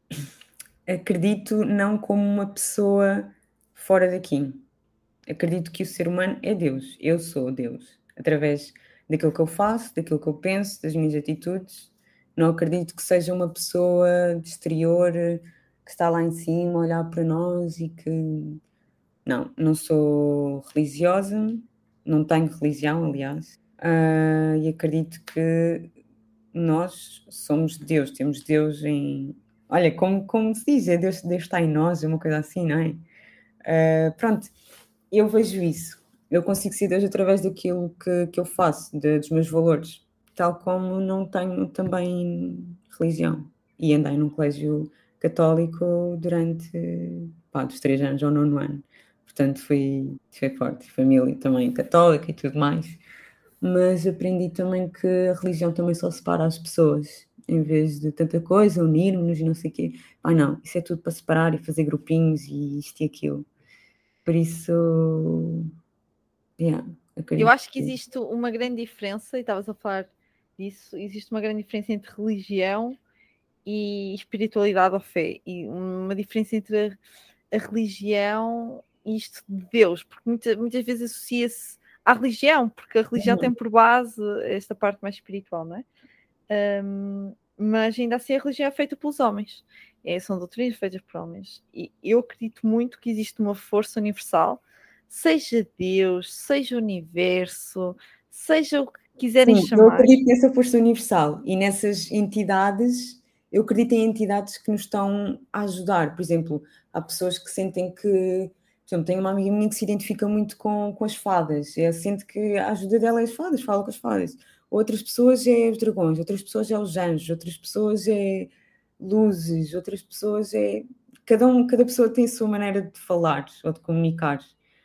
Acredito não como uma pessoa fora daqui. Acredito que o ser humano é Deus. Eu sou Deus. Através daquilo que eu faço, daquilo que eu penso, das minhas atitudes. Não acredito que seja uma pessoa de exterior que está lá em cima a olhar para nós e que... Não, não sou religiosa, não tenho religião, aliás. Ah, e acredito que nós somos Deus, temos Deus em... Olha, como, como se diz, é Deus, Deus está em nós, é uma coisa assim, não é? Ah, pronto, eu vejo isso. Eu consigo ser Deus através daquilo que, que eu faço, de- dos meus valores. Tal como não tenho também religião. E andei num colégio católico durante, pá, dos três anos ao nono ano. Portanto, foi, foi forte. Família também católica e tudo mais. Mas aprendi também que a religião também só separa as pessoas. Em vez de tanta coisa, unirmos-nos e não sei o quê. Ah, não, isso é tudo para separar e fazer grupinhos e isto e aquilo. Por isso, yeah,
Eu
acredito
acho que
que
existe uma grande diferença, e estavas a falar disso, existe uma grande diferença entre religião e espiritualidade ou fé. E uma diferença entre a, a religião e isto de Deus, porque muita, muitas vezes associa-se à religião, porque a religião tem por base esta parte mais espiritual, não é? Um, mas ainda assim a religião é feita pelos homens. É, são doutrinas feitas por homens. E eu acredito muito que existe uma força universal, seja Deus, seja o universo, seja o que quiserem
sim, eu
chamar.
acredito nessa força universal e nessas entidades, eu acredito em entidades que nos estão a ajudar. Por exemplo, há pessoas que sentem que, por exemplo, tenho uma amiga minha que se identifica muito com, com as fadas, ela sente que a ajuda dela é as fadas, fala com as fadas. Outras pessoas é os dragões, outras pessoas é os anjos, outras pessoas é luzes, outras pessoas é... Cada, um, cada pessoa tem a sua maneira de falar ou de comunicar.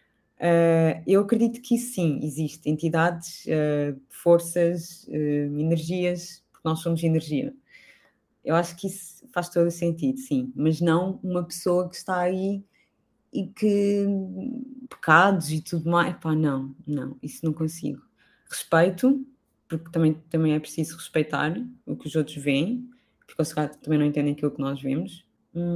Uh, eu acredito que sim, existe entidades, uh, forças, uh, energias, porque nós somos energia. Eu acho que isso faz todo o sentido, sim, mas não uma pessoa que está aí e que pecados e tudo mais, pá, não, não, isso não consigo. Respeito, porque também, também é preciso respeitar o que os outros veem, porque eles também não entendem aquilo que nós vemos,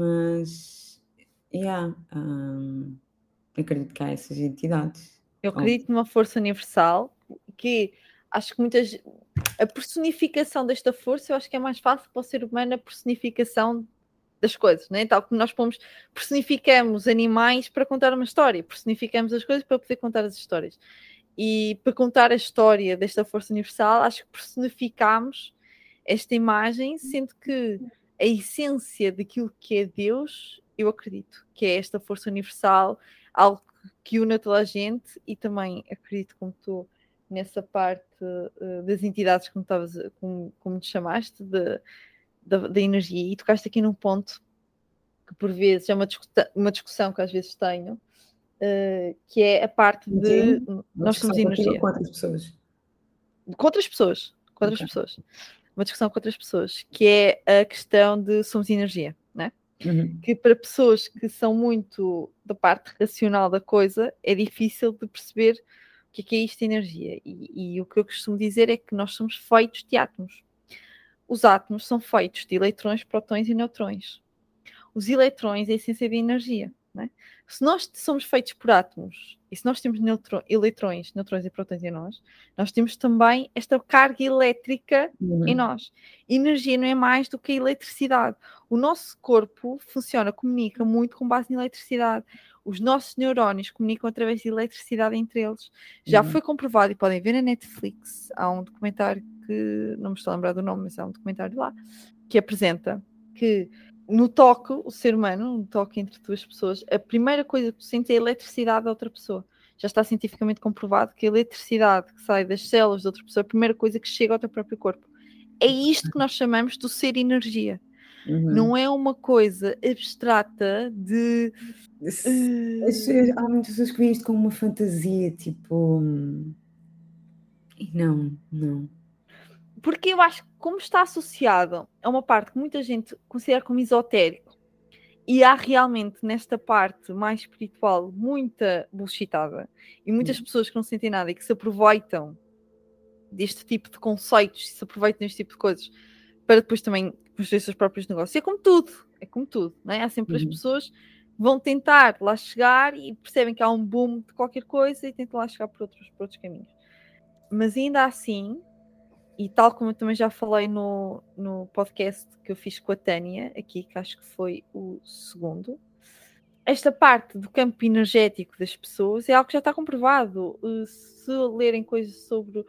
mas, yeah, um, acredito que há essas entidades.
Eu acredito numa força universal que acho que muitas... A personificação desta força eu acho que é mais fácil para o ser humano a personificação das coisas, né? Tal como nós pomos, personificamos animais para contar uma história, personificamos as coisas para poder contar as histórias. E para contar a história desta força universal, acho que personificamos esta imagem, sendo que a essência daquilo que é Deus, eu acredito que é esta força universal, algo que une a toda a gente, e também acredito, como tu, nessa parte uh, das entidades, como, tavas, como, como te chamaste, de, da, da energia, e tocaste aqui num ponto que por vezes é uma discussão, uma discussão que às vezes tenho, uh, que é a parte de
Sim,
nós somos energia.
Com outras pessoas.
Com outras pessoas, com outras
Okay.
pessoas. Uma discussão com outras pessoas, que é a questão de somos energia, né?
Uhum.
Que para pessoas que são muito da parte racional da coisa, é difícil de perceber o que é, que é isto de energia. E, e o que eu costumo dizer é que nós somos feitos de átomos. Os átomos são feitos de eletrões, prótons e neutrões. Os eletrões é a essência da energia, né? Se nós somos feitos por átomos e se nós temos neutro, eletrões, neutrões e prótons em nós, nós temos também esta carga elétrica
Uhum.
em nós. Energia não é mais do que a eletricidade. O nosso corpo funciona, comunica muito com base na eletricidade. Os nossos neurónios comunicam através de eletricidade entre eles. Já
Uhum.
foi comprovado, e podem ver na Netflix, há um documentário que, não me estou a lembrar do nome, mas há um documentário lá, que apresenta que no toque, o ser humano, no toque entre duas pessoas, a primeira coisa que tu sentes é a eletricidade da outra pessoa. Já está cientificamente comprovado que a eletricidade que sai das células da outra pessoa é a primeira coisa que chega ao teu próprio corpo. É isto que nós chamamos do ser energia.
Uhum.
Não é uma coisa abstrata de...
Uh... Há muitas pessoas que veem isto como uma fantasia, tipo... Não, não.
Porque eu acho que como está associado a uma parte que muita gente considera como esotérico, e há realmente nesta parte mais espiritual muita bullshitada e muitas pessoas que não sentem nada e que se aproveitam deste tipo de conceitos, se aproveitam deste tipo de coisas para depois também construir os seus próprios negócios. E é como tudo, é como tudo, não é? Há sempre uhum. as pessoas que vão tentar lá chegar e percebem que há um boom de qualquer coisa e tentam lá chegar por outros, por outros caminhos. Mas ainda assim, e tal como eu também já falei no, no podcast que eu fiz com a Tânia, aqui, que acho que foi o segundo, esta parte do campo energético das pessoas é algo que já está comprovado. Se lerem coisas sobre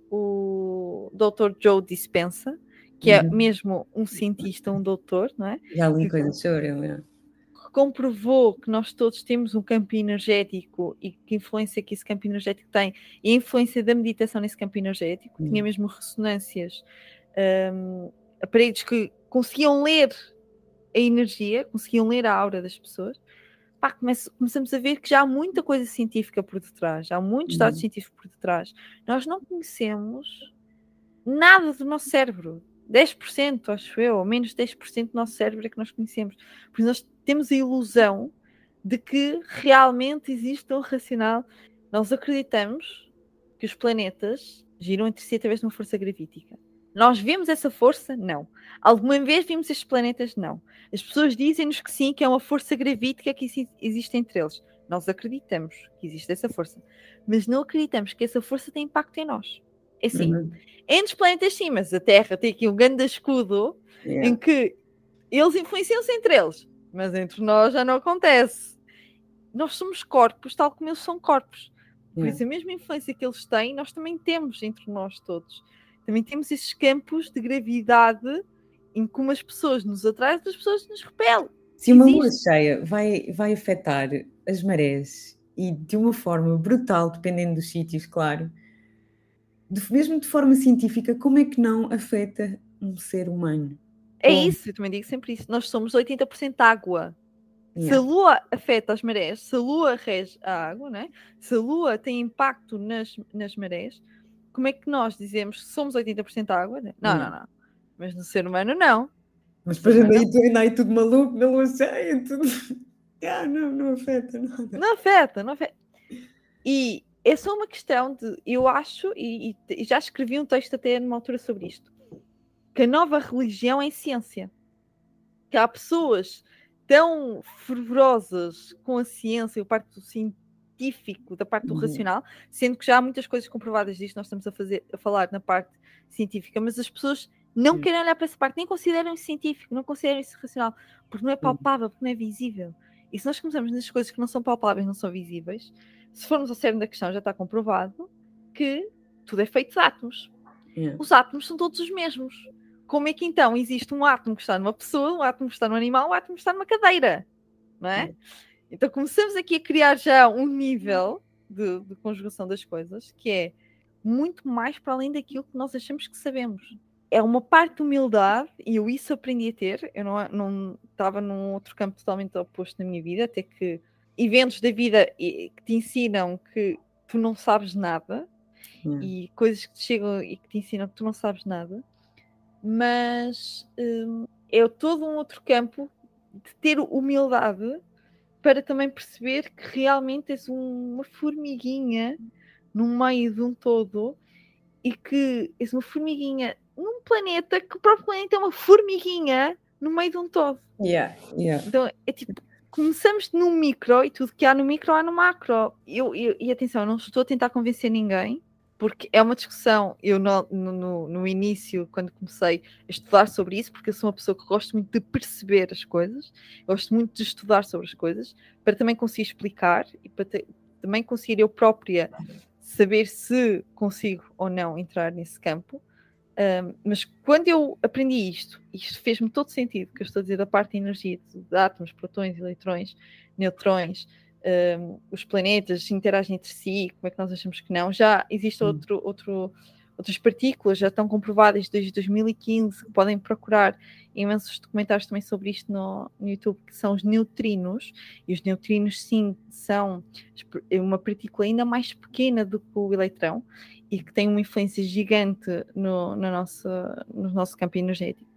o doutor Joe Dispenza, que é uhum. mesmo um cientista, um doutor, não é?
Já li
que,
coisas sobre ele, é.
comprovou que nós todos temos um campo energético e que influência que esse campo energético tem e a influência da meditação nesse campo energético. Uhum. Tinha mesmo ressonâncias, um, aparelhos que conseguiam ler a energia, conseguiam ler a aura das pessoas. Pá, come- começamos a ver que já há muita coisa científica por detrás, já há muitos dados uhum. científicos por detrás. Nós não conhecemos nada do nosso cérebro. dez por cento, acho eu, ou menos de dez por cento do nosso cérebro é que nós conhecemos. Por isso nós temos a ilusão de que realmente existe um racional. Nós acreditamos que os planetas giram entre si através de uma força gravítica. Nós vemos essa força? Não. Alguma vez vimos estes planetas? Não. As pessoas dizem-nos que sim, que é uma força gravítica que existe entre eles. Nós acreditamos que existe essa força. Mas não acreditamos que essa força tem impacto em nós. É assim, uhum. entre os planetas sim, mas a Terra tem aqui um grande escudo yeah. em que eles influenciam-se entre eles, mas entre nós já não acontece. Nós somos corpos tal como eles são corpos. Por yeah. isso a mesma influência que eles têm, nós também temos entre nós todos. Também temos esses campos de gravidade em que umas pessoas nos atraem e outras pessoas nos repelem.
Se uma lua cheia vai, vai afetar as marés e de uma forma brutal, dependendo dos sítios, claro, de, mesmo de forma científica, como é que não afeta um ser humano?
É Como? Isso, eu também digo sempre isso. Nós somos oitenta por cento água. Yeah. Se a lua afeta as marés, se a lua rege a água, né? Se a lua tem impacto nas, nas marés, como é que nós dizemos que somos oitenta por cento água? Né? Não, yeah. não, não. Mas no ser humano, não.
Mas depois ainda aí, tu- ainda aí tudo maluco, na lua cheia, tudo. Ah, não, não afeta nada.
Não afeta, não afeta. E é só uma questão de, eu acho, e, e já escrevi um texto até numa altura sobre isto, que a nova religião é ciência. Que há pessoas tão fervorosas com a ciência, a parte do científico, da parte do
Uhum.
racional, sendo que já há muitas coisas comprovadas disto, nós estamos a, fazer, a falar na parte científica, mas as pessoas não
Uhum.
querem olhar para essa parte, nem consideram isso científico, não consideram isso racional, porque não é palpável, porque não é visível. E se nós começamos nas coisas que não são palpáveis, não são visíveis, se formos ao cerne da questão, já está comprovado que tudo é feito de átomos.
Yeah.
Os átomos são todos os mesmos. Como é que então existe um átomo que está numa pessoa, um átomo que está num animal, um átomo que está numa cadeira? Não é?
Yeah.
Então começamos aqui a criar já um nível de, de conjugação das coisas que é muito mais para além daquilo que nós achamos que sabemos. É uma parte de humildade, e eu isso aprendi a ter. Eu não, não estava num outro campo totalmente oposto na minha vida, até que eventos da vida que te ensinam que tu não sabes nada,
Yeah.
e coisas que te chegam e que te ensinam que tu não sabes nada, mas hum, é todo um outro campo de ter humildade para também perceber que realmente és um, uma formiguinha no meio de um todo, e que és uma formiguinha num planeta que o próprio planeta é uma formiguinha no meio de um todo.
Yeah. Yeah.
Então é tipo, começamos no micro, e tudo que há no micro há no macro. Eu, eu, e atenção, eu não estou a tentar convencer ninguém, porque é uma discussão. Eu no, no, no início, quando comecei a estudar sobre isso, porque eu sou uma pessoa que gosto muito de perceber as coisas, gosto muito de estudar sobre as coisas, para também conseguir explicar e para ter, também conseguir eu própria saber se consigo ou não entrar nesse campo. Um, mas quando eu aprendi isto, isto fez-me todo sentido, que eu estou a dizer da parte de energia, de, de átomos, protões, eletrões, neutrões, um, os planetas interagem entre si, como é que nós achamos que não? Já existe
Hum.
outro, outro, outras partículas, já estão comprovadas desde dois mil e quinze, que podem procurar imensos documentários também sobre isto no, no YouTube, que são os neutrinos, e os neutrinos sim são uma partícula ainda mais pequena do que o eletrão, e que tem uma influência gigante no, no, nosso, no nosso campo energético.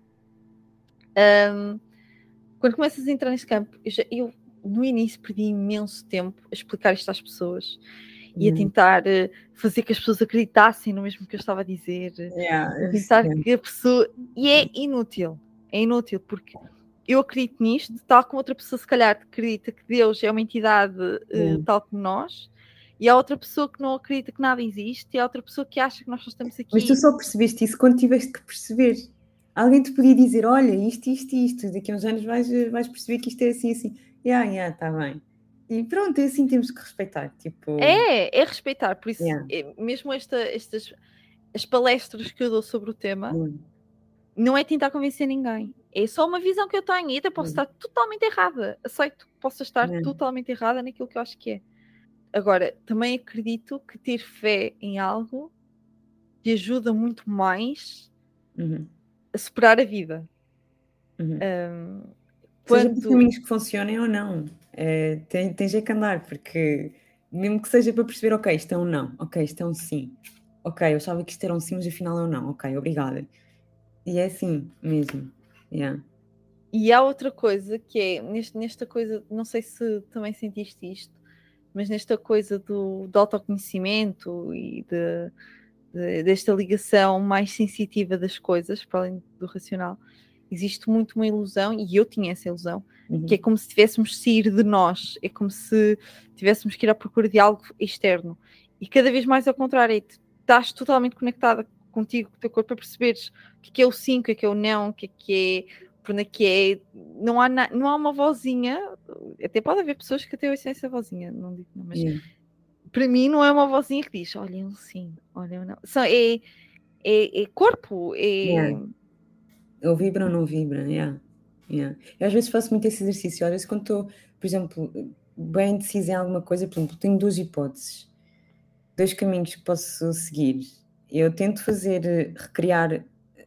Um, quando começas a entrar nesse campo, eu, já, eu no início perdi imenso tempo a explicar isto às pessoas, e a tentar uh, fazer que as pessoas acreditassem no mesmo que eu estava a dizer,
Yeah.
a tentar que a pessoa... E é inútil, é inútil, porque eu acredito nisto, tal como outra pessoa se calhar acredita que Deus é uma entidade uh, tal como nós, e há outra pessoa que não acredita que nada existe, e há outra pessoa que acha que nós só estamos aqui...
Mas tu só percebeste isso quando tiveste que perceber. Alguém te podia dizer, olha, isto, isto, isto, daqui a uns anos vais, vais perceber que isto é assim, assim. Yeah, yeah, tá bem. E pronto, é assim temos que respeitar. Tipo...
É, é respeitar, por isso,
Yeah.
é, mesmo esta, estas as palestras que eu dou sobre o tema,
Hum.
não é tentar convencer ninguém. É só uma visão que eu tenho, e até posso
Hum.
estar totalmente errada. Aceito que possa estar
Hum.
totalmente errada naquilo que eu acho que é. Agora, também acredito que ter fé em algo te ajuda muito mais
Uhum.
a superar a vida.
Uhum.
Um,
Seja por
quando...
caminhos que funcionem ou não, é, tem, tens é que andar, porque mesmo que seja para perceber, ok, isto é um não, ok, isto é um sim, ok, eu achava que isto era um sim, mas afinal é um não, ok, obrigada. E é assim mesmo. Yeah.
E há outra coisa que é, neste, nesta coisa, não sei se também sentiste isto, mas nesta coisa do, do autoconhecimento e de, de, desta ligação mais sensitiva das coisas, para além do racional, existe muito uma ilusão, e eu tinha essa ilusão,
Uhum.
que é como se tivéssemos de sair de nós, é como se tivéssemos que ir à procura de algo externo. E cada vez mais ao contrário, é, estás totalmente conectada contigo, com o teu corpo, para perceberes o que é, que é o sim, o que é, que é o não, o que é que é, por onde é que é. Não há, na, não há uma vozinha, até pode haver pessoas que até ouvem essa vozinha, não digo não, mas
Yeah.
para mim não é uma vozinha que diz, olha, um sim, olha, um não. São, é, é, é corpo, é...
Yeah. Ou vibra ou não vibra, yeah. Yeah. Eu às vezes faço muito esse exercício, às vezes quando estou, por exemplo, bem indecisa em alguma coisa, por exemplo, tenho duas hipóteses, dois caminhos que posso seguir. Eu tento fazer, recriar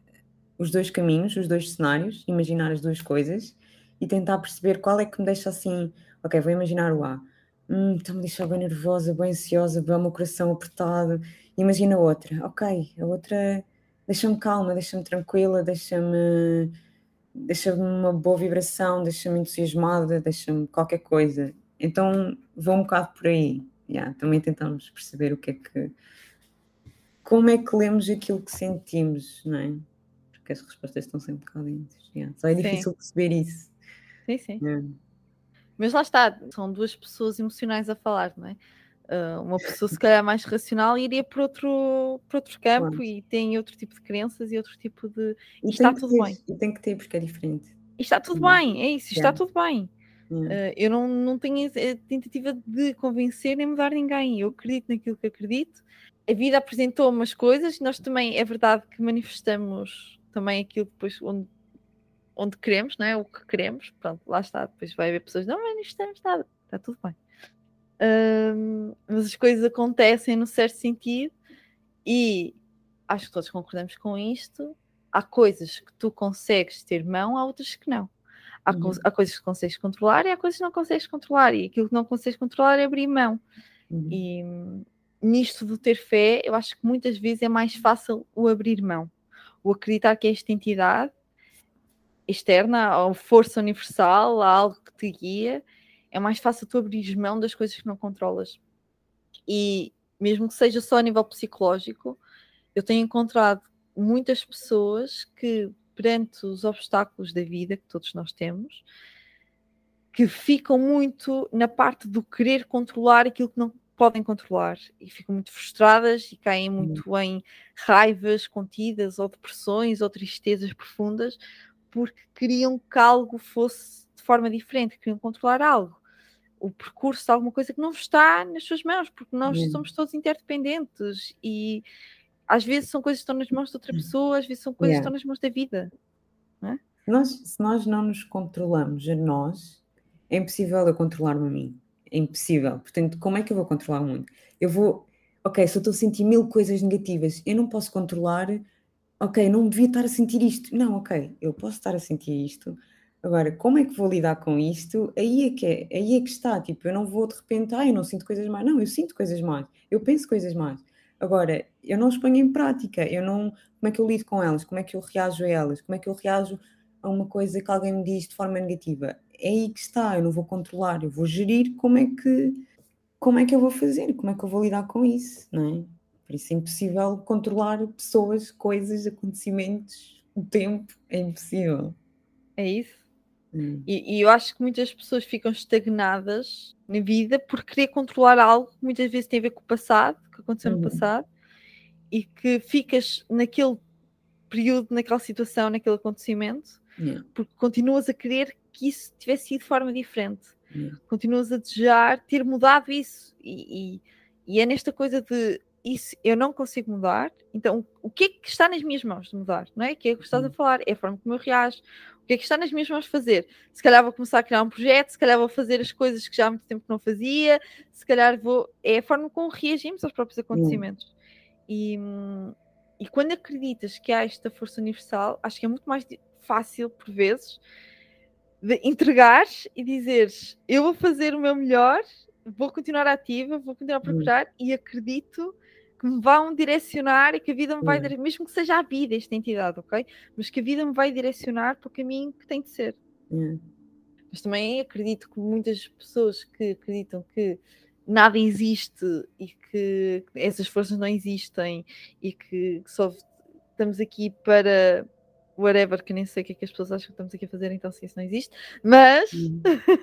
os dois caminhos, os dois cenários, imaginar as duas coisas e tentar perceber qual é que me deixa assim, ok, vou imaginar o A, hum, está-me a deixar bem nervosa, bem ansiosa, bem o meu coração apertado, imagina a outra, ok, a outra deixa-me calma, deixa-me tranquila, deixa-me deixa-me uma boa vibração, deixa-me entusiasmada, deixa-me qualquer coisa. Então vou um bocado por aí. Yeah, também tentamos perceber o que é que... Como é que lemos aquilo que sentimos, não é? Porque as respostas estão sempre calientes. Yeah. Só é
Sim.
difícil perceber isso.
Sim, sim.
Yeah.
Mas lá está, são duas pessoas emocionais a falar, não é? Uh, uma pessoa se calhar mais racional iria por outro, por outro campo
Claro.
e tem outro tipo de crenças e outro tipo de...
E,
E está
tem que
tudo
ter,
bem.
e tem que ter, porque é diferente.
E está tudo
Yeah.
bem, é isso, está
Yeah.
tudo bem.
Yeah.
Uh, eu não, não tenho a tentativa de convencer nem mudar ninguém. Eu acredito naquilo que acredito. A vida apresentou-me as coisas. Nós também, é verdade que manifestamos também aquilo depois onde, onde queremos, não é? O que queremos. Pronto, lá está. Depois vai haver pessoas, não manifestamos nada. Está tudo bem. Uh, mas as coisas acontecem no certo sentido e acho que todos concordamos com isto. Há coisas que tu consegues ter mão, há outras que não. Há,
Uhum.
há coisas que consegues controlar e há coisas que não consegues controlar. E aquilo que não consegues controlar é abrir mão.
Uhum.
E nisto do ter fé, eu acho que muitas vezes é mais fácil o abrir mão. O acreditar que esta entidade externa, ou força universal, há algo que te guia, é mais fácil tu abrir mão das coisas que não controlas. E mesmo que seja só a nível psicológico, eu tenho encontrado muitas pessoas que, perante os obstáculos da vida que todos nós temos, que ficam muito na parte do querer controlar aquilo que não podem controlar e ficam muito frustradas e caem muito uhum. em raivas contidas ou depressões ou tristezas profundas porque queriam que algo fosse de forma diferente, queriam controlar algo, o percurso de alguma coisa que não está nas suas mãos, porque nós uhum. somos todos interdependentes e às vezes são coisas que estão nas mãos de outra pessoa, às vezes são coisas yeah. que estão nas mãos da vida. Não é?
Nós, se nós não nos controlamos a nós, é impossível eu controlar-me a mim. É impossível. Portanto, como é que eu vou controlar o mundo? Eu vou... Ok, se eu estou a sentir mil coisas negativas, eu não posso controlar... Ok, não devia estar a sentir isto. Não, ok, eu posso estar a sentir isto. Agora, como é que vou lidar com isto? Aí é que, é, aí é que está. Tipo, eu não vou de repente... Ah, eu não sinto coisas más. Não, eu sinto coisas más. Eu penso coisas más. Agora, eu não as ponho em prática. Eu não... Como é que eu lido com elas? Como é que eu reajo a elas? Como é que eu reajo a uma coisa que alguém me diz de forma negativa? É aí que está, eu não vou controlar, eu vou gerir como é que, como é que eu vou fazer, como é que eu vou lidar com isso, não é? Por isso é impossível controlar pessoas, coisas, acontecimentos, o tempo, é impossível.
É isso.
Hum.
E, e eu acho que muitas pessoas ficam estagnadas na vida por querer controlar algo que muitas vezes tem a ver com o passado, que aconteceu
Uhum.
no passado, e que ficas naquele período, naquela situação, naquele acontecimento,
Yeah.
porque continuas a querer que isso tivesse sido de forma diferente.
Yeah.
Continuas a desejar ter mudado isso. E, e, e é nesta coisa de isso eu não consigo mudar, então o que é que está nas minhas mãos de mudar? Não é? O que é que estás a falar? É a forma como eu reajo. O que é que está nas minhas mãos de fazer? Se calhar vou começar a criar um projeto, se calhar vou fazer as coisas que já há muito tempo não fazia, se calhar vou... É a forma como reagimos aos próprios acontecimentos. Yeah. E, e quando acreditas que há esta força universal, acho que é muito mais fácil, por vezes, de entregares e dizeres, eu vou fazer o meu melhor, vou continuar ativa, vou continuar a procurar yeah. e acredito que me vão direcionar e que a vida me vai
yeah.
direcionar, mesmo que seja a vida esta entidade, ok? Mas que a vida me vai direcionar para o caminho que tem de ser.
Yeah.
Mas também acredito que muitas pessoas que acreditam que nada existe e que essas forças não existem e que, que só estamos aqui para whatever, que nem sei o que é que as pessoas acham que estamos aqui a fazer, então se isso não existe, mas
Uhum.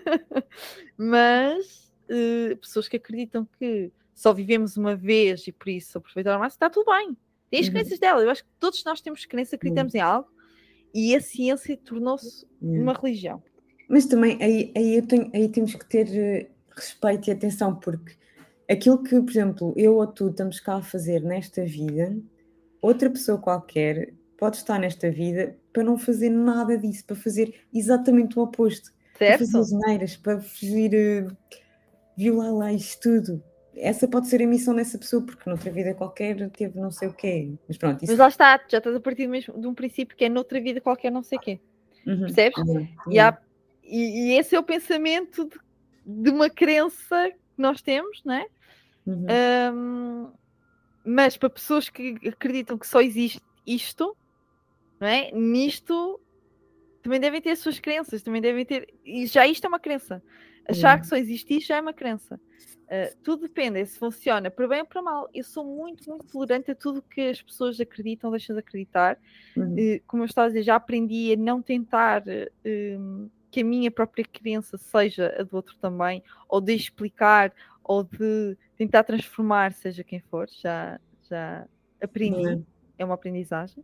mas uh, pessoas que acreditam que só vivemos uma vez e por isso aproveitar ao máximo, está tudo bem, tem as
Uhum.
crenças dela, eu acho que todos nós temos crenças, acreditamos
Uhum.
em algo e a ciência tornou-se
Uhum.
uma religião.
Mas também aí, aí, eu tenho, aí temos que ter uh, respeito e atenção, porque aquilo que, por exemplo, eu ou tu estamos cá a fazer nesta vida, outra pessoa qualquer pode estar nesta vida para não fazer nada disso, para fazer exatamente o oposto.
Certo?
Para fazer geneiras, para fugir, uh, violar leis, tudo. Essa pode ser a missão dessa pessoa, porque noutra vida qualquer teve não sei o quê. Mas pronto, isso...
Mas lá está, já estás a partir mesmo de um princípio que é noutra vida qualquer não sei o quê.
Uhum.
Percebes?
Uhum.
E, há, e, e esse é o pensamento de, de uma crença que nós temos, não é?
Uhum.
Um, mas para pessoas que acreditam que só existe isto, não é? Nisto também devem ter as suas crenças, também devem ter. E já isto é uma crença. Achar
Hum.
que só existe isto já é uma crença. Uh, tudo depende, se funciona para bem ou para mal. Eu sou muito, muito tolerante a tudo que as pessoas acreditam, deixam de acreditar.
Uhum.
Uh, como eu estava a dizer, já aprendi a não tentar uh, que a minha própria crença seja a do outro também, ou de explicar, ou de tentar transformar, seja quem for. Já, já aprendi,
Yeah.
é uma aprendizagem.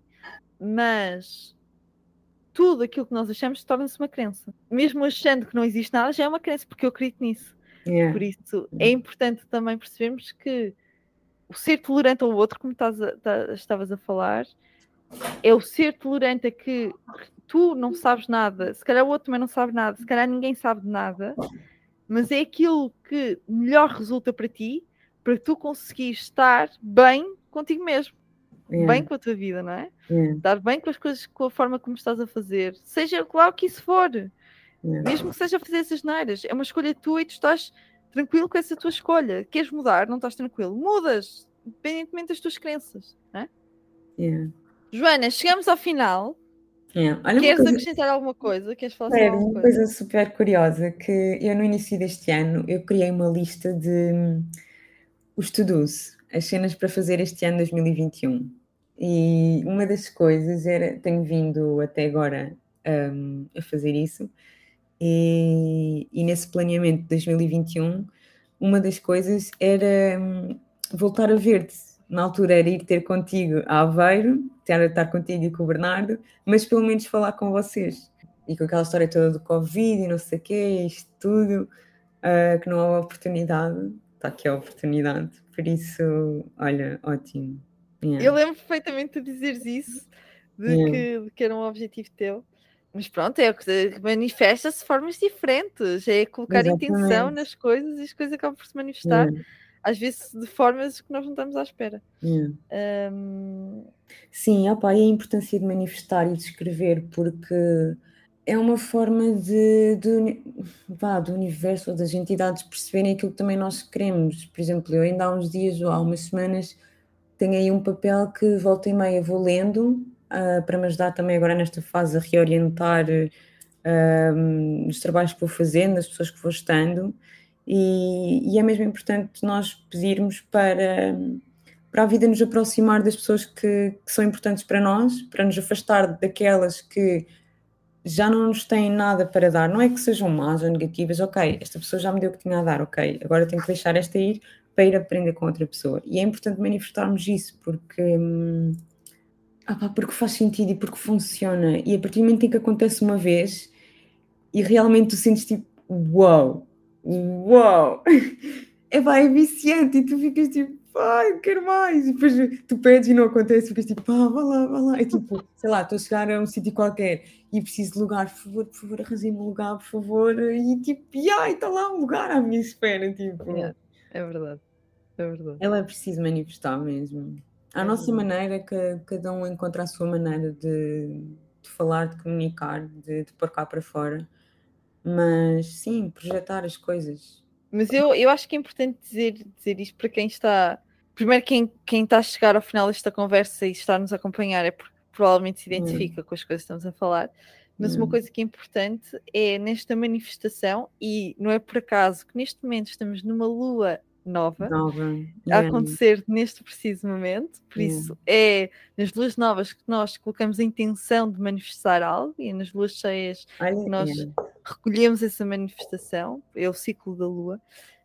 Mas tudo aquilo que nós achamos torna-se uma crença. Mesmo achando que não existe nada, já é uma crença, porque eu acredito nisso.
Yeah.
Por isso, é importante também percebermos que o ser tolerante ao outro, como estás a, tá, estavas a falar, é o ser tolerante a que tu não sabes nada, se calhar o outro também não sabe nada, se calhar ninguém sabe de nada, mas é aquilo que melhor resulta para ti, para tu conseguires estar bem contigo mesmo.
Yeah.
Bem com a tua vida, não é?
Yeah.
Estar bem com as coisas, com a forma como estás a fazer, seja claro que isso for,
Yeah.
mesmo que seja fazer essas neiras, é uma escolha tua e tu estás tranquilo com essa tua escolha. Queres mudar, não estás tranquilo, mudas, independentemente das tuas crenças, não é?
Yeah.
Joana, chegamos ao final.
Yeah. Olha,
Queres
coisa...
acrescentar alguma coisa? Queres falar sobre
Sério,
alguma
uma
coisa?
coisa super curiosa, que eu no início deste ano eu criei uma lista de hum, os to-dos, as cenas para fazer este ano dois mil e vinte e um. E uma das coisas era, tenho vindo até agora um, a fazer isso, e, e nesse planeamento de dois mil e vinte e um, uma das coisas era um, voltar a ver-te. Na altura era ir ter contigo a Aveiro, estar, estar contigo e com o Bernardo, mas pelo menos falar com vocês. E com aquela história toda do Covid e não sei o quê, isto tudo, uh, que não há oportunidade. Está aqui a oportunidade. Por isso, olha, ótimo. Yeah.
Eu lembro perfeitamente de dizeres isso, de,
Yeah.
que, de que era um objetivo teu. Mas pronto, é o que manifesta-se de formas diferentes. É colocar
Exatamente.
intenção nas coisas e as coisas acabam por se manifestar,
Yeah.
às vezes de formas que nós não estamos à espera.
Yeah.
Um...
Sim, opa, e a importância de manifestar e de escrever, porque é uma forma de, de, vá, do universo ou das entidades perceberem aquilo que também nós queremos. Por exemplo, eu ainda há uns dias ou há umas semanas tenho aí um papel que volta e meia vou lendo, uh, para me ajudar também agora nesta fase a reorientar uh, os trabalhos que vou fazendo, as pessoas que vou estando, e, e é mesmo importante nós pedirmos para, para a vida nos aproximar das pessoas que, que são importantes para nós, para nos afastar daquelas que já não nos têm nada para dar. Não é que sejam más ou negativas, ok, esta pessoa já me deu o que tinha a dar, ok, agora tenho que deixar esta ir para ir aprender com outra pessoa. E é importante manifestarmos isso, porque, hum, ah pá, porque faz sentido e porque funciona. E a partir do momento em que acontece uma vez e realmente tu sentes tipo, uau, uau, é pá, é viciante, e tu ficas tipo, ai, quero mais, e depois tu pedes e não acontece, ficas tipo, ah, vá lá, vá lá, é tipo, sei lá, estou a chegar a um sítio qualquer e preciso de lugar, por favor, por favor, arranjem-me um lugar, por favor, e tipo, ai, está lá um lugar à minha espera, tipo...
Yeah, é verdade, é verdade.
Ela é preciso manifestar mesmo. À
É
nossa
verdade.
maneira, que cada um encontra a sua maneira de, de falar, de comunicar, de, de pôr cá para fora. Mas sim, projetar as coisas.
Mas eu, eu acho que é importante dizer, dizer isto para quem está. Primeiro, quem, quem está a chegar ao final desta conversa e está a nos acompanhar é porque provavelmente se identifica hum. com as coisas que estamos a falar. Mas hum. uma coisa que é importante é nesta manifestação, e não é por acaso que neste momento estamos numa lua nova,
nova.
a
Yeah.
acontecer neste preciso momento, por yeah. isso é nas luas novas que nós colocamos a intenção de manifestar algo, e nas luas cheias
Olha,
que nós
yeah.
recolhemos essa manifestação, é o ciclo da lua,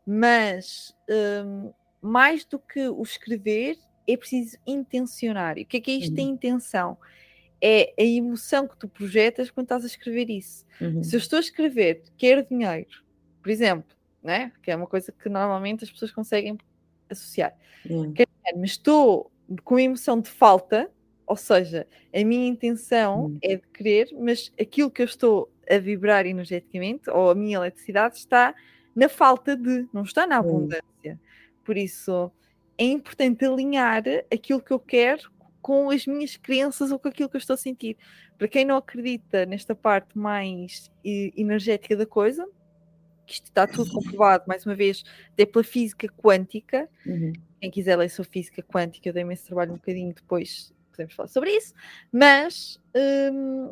mas um, mais do que o escrever é preciso intencionar. E o que é que é isto da intenção? É a emoção que tu projetas quando estás a escrever isso. Uhum. Se eu estou a escrever quero dinheiro, por exemplo, né? Que é uma coisa que normalmente as pessoas conseguem associar. Uhum. Quero dinheiro, mas estou com a emoção de falta, ou seja, a minha intenção uhum. é de querer, mas aquilo que eu estou a vibrar energeticamente, ou a minha eletricidade, está na falta de, não está na abundância. Uhum. Por isso, é importante alinhar aquilo que eu quero com as minhas crenças ou com aquilo que eu estou a sentir. Para quem não acredita nesta parte mais energética da coisa, que isto está tudo comprovado, mais uma vez, até pela física quântica. Uhum. Quem quiser ler sobre física quântica, eu dei-me esse trabalho um bocadinho depois, podemos falar sobre isso. Mas hum,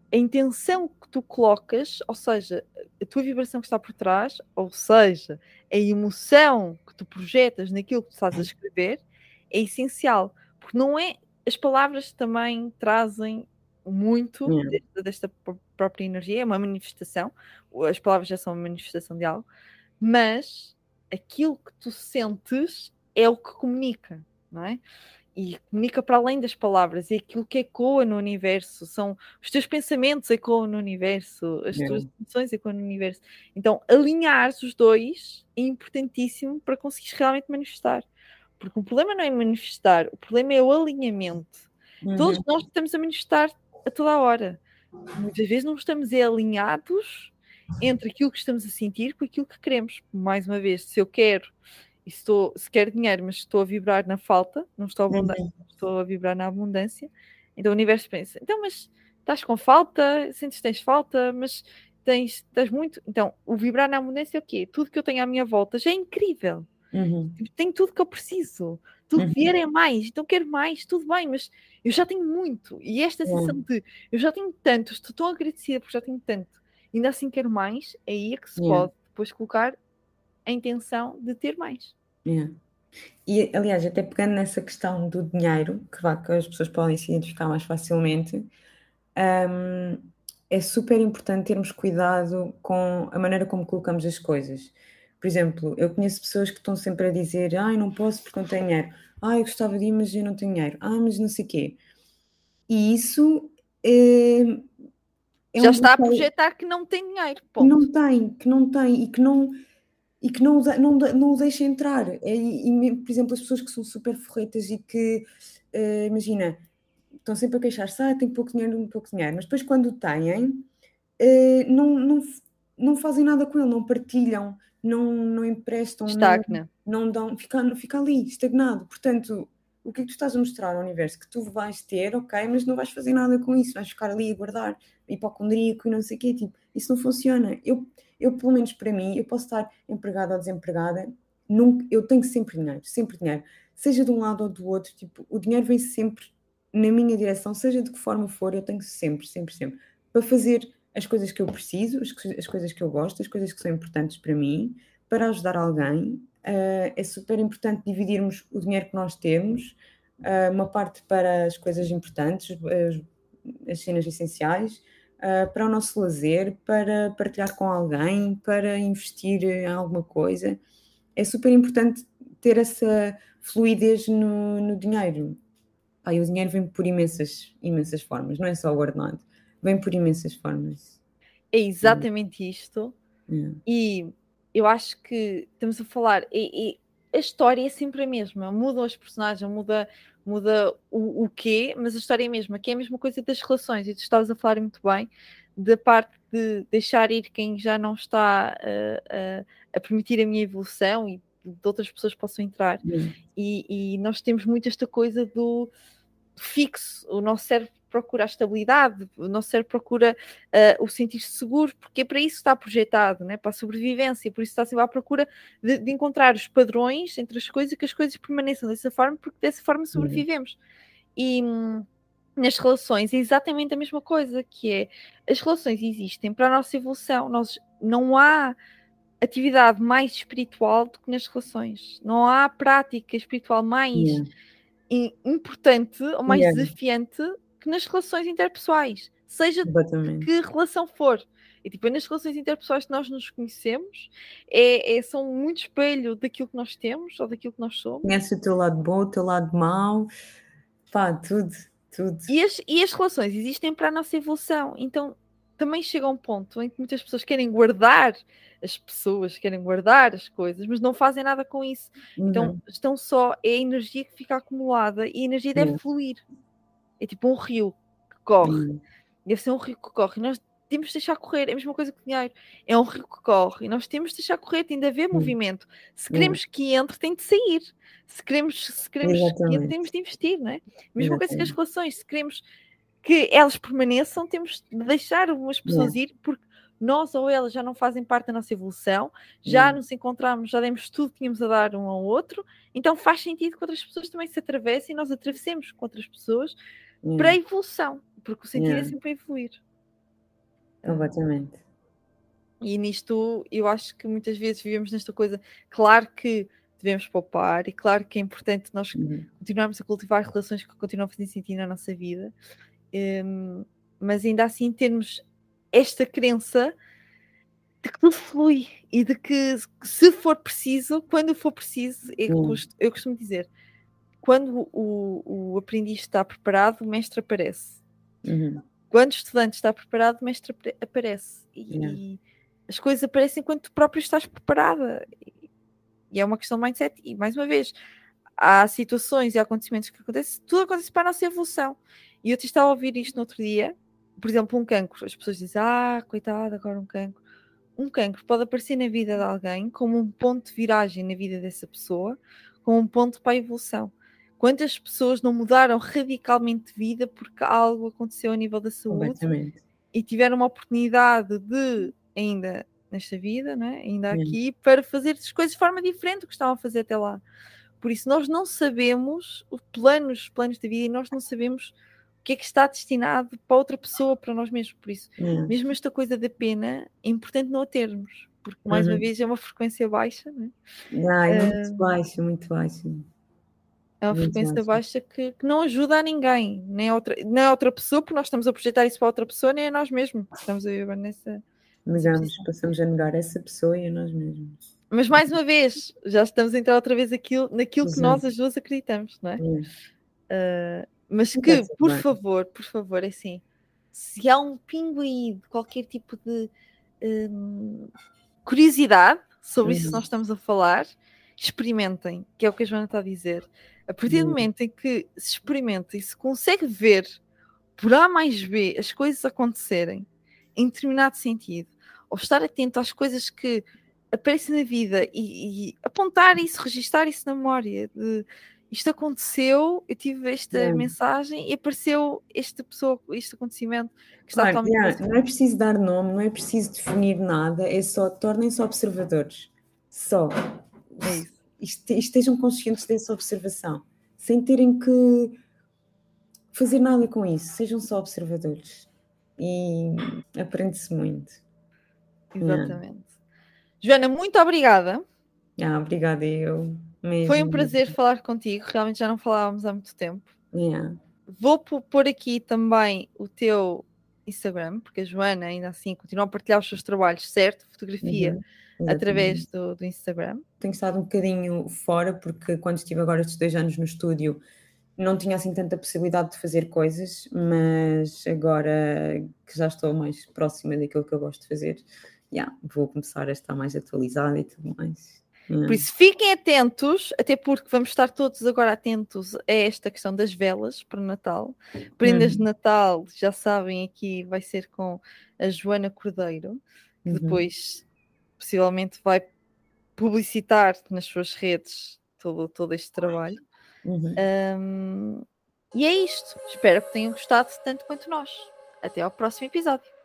a intenção que tu colocas, ou seja, a tua vibração que está por trás, ou seja, a emoção que tu projetas naquilo que tu estás a escrever, é essencial. Porque não é... As palavras também trazem muito
Yeah.
desta, desta própria energia, é uma manifestação. As palavras já são uma manifestação de algo, mas aquilo que tu sentes é o que comunica, não é? E comunica para além das palavras, é aquilo que ecoa no universo, são os teus pensamentos ecoam no universo, as
Yeah.
tuas emoções ecoam no universo. Então, alinhar os dois é importantíssimo para conseguires realmente manifestar. Porque o problema não é manifestar, o problema é o alinhamento.
Uhum.
Todos nós estamos a manifestar a toda a hora. Muitas vezes não estamos alinhados entre aquilo que estamos a sentir com aquilo que queremos. Mais uma vez, se eu quero e estou, se quero dinheiro, mas estou a vibrar na falta, não estou a, abundância,
Uhum.
estou a vibrar na abundância, então o universo pensa, então, mas estás com falta, sentes que tens falta, mas tens, tens muito. Então, o vibrar na abundância é o quê? Tudo que eu tenho à minha volta já é incrível.
Uhum.
Tenho tudo que eu preciso, tudo que vier é mais, então quero mais, tudo bem, mas eu já tenho muito, e esta
Yeah.
sensação de eu já tenho tanto, estou tão agradecida porque já tenho tanto, ainda assim quero mais, é aí é que se
Yeah.
pode depois colocar a intenção de ter mais.
Yeah. E, aliás, até pegando nessa questão do dinheiro, que, vá, que as pessoas podem se identificar mais facilmente, hum, é super importante termos cuidado com a maneira como colocamos as coisas. Por exemplo, eu conheço pessoas que estão sempre a dizer ai, não posso porque não tenho dinheiro. Ai, eu gostava de ir, mas eu não tenho dinheiro. Ah, mas não sei o quê. E isso é, é
Já
um
está a
bloqueio
projetar que não tem dinheiro,
que
ponto.
não tem, que não tem e que não, e que não, o de- não, de- não o deixa entrar. É, e, e mesmo, por exemplo, as pessoas que são super forretas e que, eh, imagina, estão sempre a queixar-se, ah, tenho pouco dinheiro, pouco dinheiro, mas depois quando têm, eh, não, não, f- não fazem nada com ele, não partilham, não, não emprestam, não,
Estagna.
não dão, fica, fica ali, estagnado. Portanto, o que é que tu estás a mostrar ao universo? Que tu vais ter, ok, mas não vais fazer nada com isso, vais ficar ali a guardar, hipocondríaco e não sei o quê, tipo, isso não funciona. Eu, eu, pelo menos para mim, eu posso estar empregada ou desempregada, nunca, eu tenho sempre dinheiro, sempre dinheiro, seja de um lado ou do outro, tipo, o dinheiro vem sempre na minha direção, seja de que forma for, eu tenho sempre, sempre, sempre, para fazer as coisas que eu preciso, as, as coisas que eu gosto, as coisas que são importantes para mim, para ajudar alguém. Uh, é super importante dividirmos o dinheiro que nós temos, uh, uma parte para as coisas importantes, as, as cenas essenciais, uh, para o nosso lazer, para partilhar com alguém, para investir em alguma coisa. É super importante ter essa fluidez no, no dinheiro. Ah, e o dinheiro vem por imensas, imensas formas, não é só o ordenado, vem por imensas formas.
É exatamente isto.
Yeah.
E eu acho que estamos a falar, e, e a história é sempre a mesma, mudam os personagens, muda, muda o, o quê, mas a história é a mesma, que é a mesma coisa das relações, e tu estavas a falar muito bem da parte de deixar ir quem já não está uh, uh, a permitir a minha evolução e de outras pessoas possam entrar.
Yeah.
E, e nós temos muito esta coisa do fixo, o nosso cérebro procura a estabilidade, o nosso cérebro procura uh, o sentir-se seguro, porque é para isso que está projetado, né? Para a sobrevivência, por isso está sempre à procura de, de encontrar os padrões entre as coisas e que as coisas permaneçam dessa forma, porque dessa forma sobrevivemos. E hum, nas relações é exatamente a mesma coisa, que é, as relações existem para a nossa evolução, nós, não há atividade mais espiritual do que nas relações, não há prática espiritual mais
Yeah.
importante ou mais
Yeah.
desafiante que nas relações interpessoais, seja de
Exatamente.
que relação for. E tipo, nas relações interpessoais que nós nos conhecemos, é, é, são muito espelho daquilo que nós temos ou daquilo que nós somos.
Conhece o teu lado bom, o teu lado mau, pá, tudo, tudo.
E as, e as relações existem para a nossa evolução. Então também chega um ponto em que muitas pessoas querem guardar as pessoas, querem guardar as coisas, mas não fazem nada com isso.
Uhum.
Então estão só, é a energia que fica acumulada e a energia deve
Yeah.
fluir. É tipo um rio que corre.
Uhum.
Deve ser um rio que corre. E nós temos de deixar correr. É a mesma coisa que o dinheiro. É um rio que corre. E nós temos de deixar correr. Tem de haver
Uhum.
movimento. Se queremos que entre, tem de sair. Se queremos, se queremos que entre,
Exatamente.
temos de investir, não é? A mesma coisa que as
Exatamente.
relações. Se queremos que elas permaneçam, temos de deixar algumas pessoas ir, porque nós ou elas já não fazem parte da nossa evolução, já
Yeah.
nos encontramos, já demos tudo que tínhamos a dar um ao outro, então faz sentido que outras pessoas também se atravessem e nós atravessemos com outras pessoas
Yeah.
para a evolução, porque o sentido
Yeah.
é sempre evoluir.
Completamente.
E nisto eu acho que muitas vezes vivemos nesta coisa, claro que devemos poupar e claro que é importante nós
Uhum.
continuarmos a cultivar relações que continuam a fazer sentido na nossa vida, um, mas ainda assim termos esta crença de que tudo flui e de que se for preciso, quando for preciso, eu,
Uhum.
costumo, eu costumo dizer, quando o, o aprendiz está preparado, o mestre aparece.
Uhum.
Quando o estudante está preparado, o mestre aparece. E,
Yeah.
e as coisas aparecem quando tu próprio estás preparada. E, e é uma questão de mindset. E, mais uma vez, há situações e acontecimentos que acontecem, tudo acontece para a nossa evolução. E eu te estava a ouvir isto no outro dia, por exemplo, um cancro. As pessoas dizem, ah, coitado, agora um cancro. Um cancro pode aparecer na vida de alguém como um ponto de viragem na vida dessa pessoa, como um ponto para a evolução. Quantas pessoas não mudaram radicalmente de vida porque algo aconteceu a nível da saúde e tiveram uma oportunidade de, ainda nesta vida, né? ainda
Yeah.
aqui, para fazer as coisas de forma diferente do que estavam a fazer até lá. Por isso, nós não sabemos os planos, os planos da vida, e nós não sabemos o que é que está destinado para outra pessoa, para nós mesmos. Por isso,
Yeah.
mesmo esta coisa da pena, é importante não a termos, porque, mais
Uhum.
uma vez, é uma frequência baixa, não é?
Ah, é
Uh,
muito baixo, muito baixo.
É uma
Muito
frequência
baixo.
baixa que, que não ajuda a ninguém, nem a outra, nem a outra pessoa, porque nós estamos a projetar isso para outra pessoa, nem a nós mesmos. Estamos a viver nessa.
Negamos, passamos a negar essa pessoa e a nós mesmos.
Mas, mais uma vez, já estamos a entrar outra vez aquilo, naquilo que
Exato.
nós as duas acreditamos, não é?
É.
Uh, mas que, por favor, por favor, é assim, se há um pingo aí de qualquer tipo de um, curiosidade sobre uhum. isso que nós estamos a falar, experimentem, que é o que a Joana está a dizer. A partir uhum. do momento em que se experimenta e se consegue ver por A mais B as coisas acontecerem em determinado sentido, ou estar atento às coisas que aparecem na vida e, e apontar isso, registar isso na memória de isto aconteceu, eu tive esta yeah. mensagem e apareceu esta pessoa, este acontecimento que está
claro,
totalmente
yeah, não é preciso dar nome, não é preciso definir nada, é só tornem-se observadores. Só.
É isso.
Estejam conscientes dessa observação, sem terem que fazer nada com isso, sejam só observadores. E aprende-se muito.
Exatamente. Yeah. Joana, muito obrigada.
Ah, obrigada, eu mesmo.
Foi um prazer falar contigo, realmente já não falávamos há muito tempo.
Yeah.
Vou pôr aqui também o teu Instagram, porque a Joana ainda assim continua a partilhar os seus trabalhos, certo? Fotografia uhum. através do, do Instagram.
Tenho estado um bocadinho fora, porque quando estive agora estes dois anos no estúdio não tinha assim tanta possibilidade de fazer coisas, mas agora que já estou mais próxima daquilo que eu gosto de fazer, yeah, vou começar a estar mais atualizada e tudo mais. Yeah.
Por isso, fiquem atentos, até porque vamos estar todos agora atentos a esta questão das velas para o Natal. Prendas uhum. de Natal, já sabem, aqui vai ser com a Joana Cordeiro, que uhum. depois possivelmente vai publicitar nas suas redes todo, todo este trabalho.
Uhum.
Um, e é isto. Espero que tenham gostado tanto quanto nós. Até ao próximo episódio.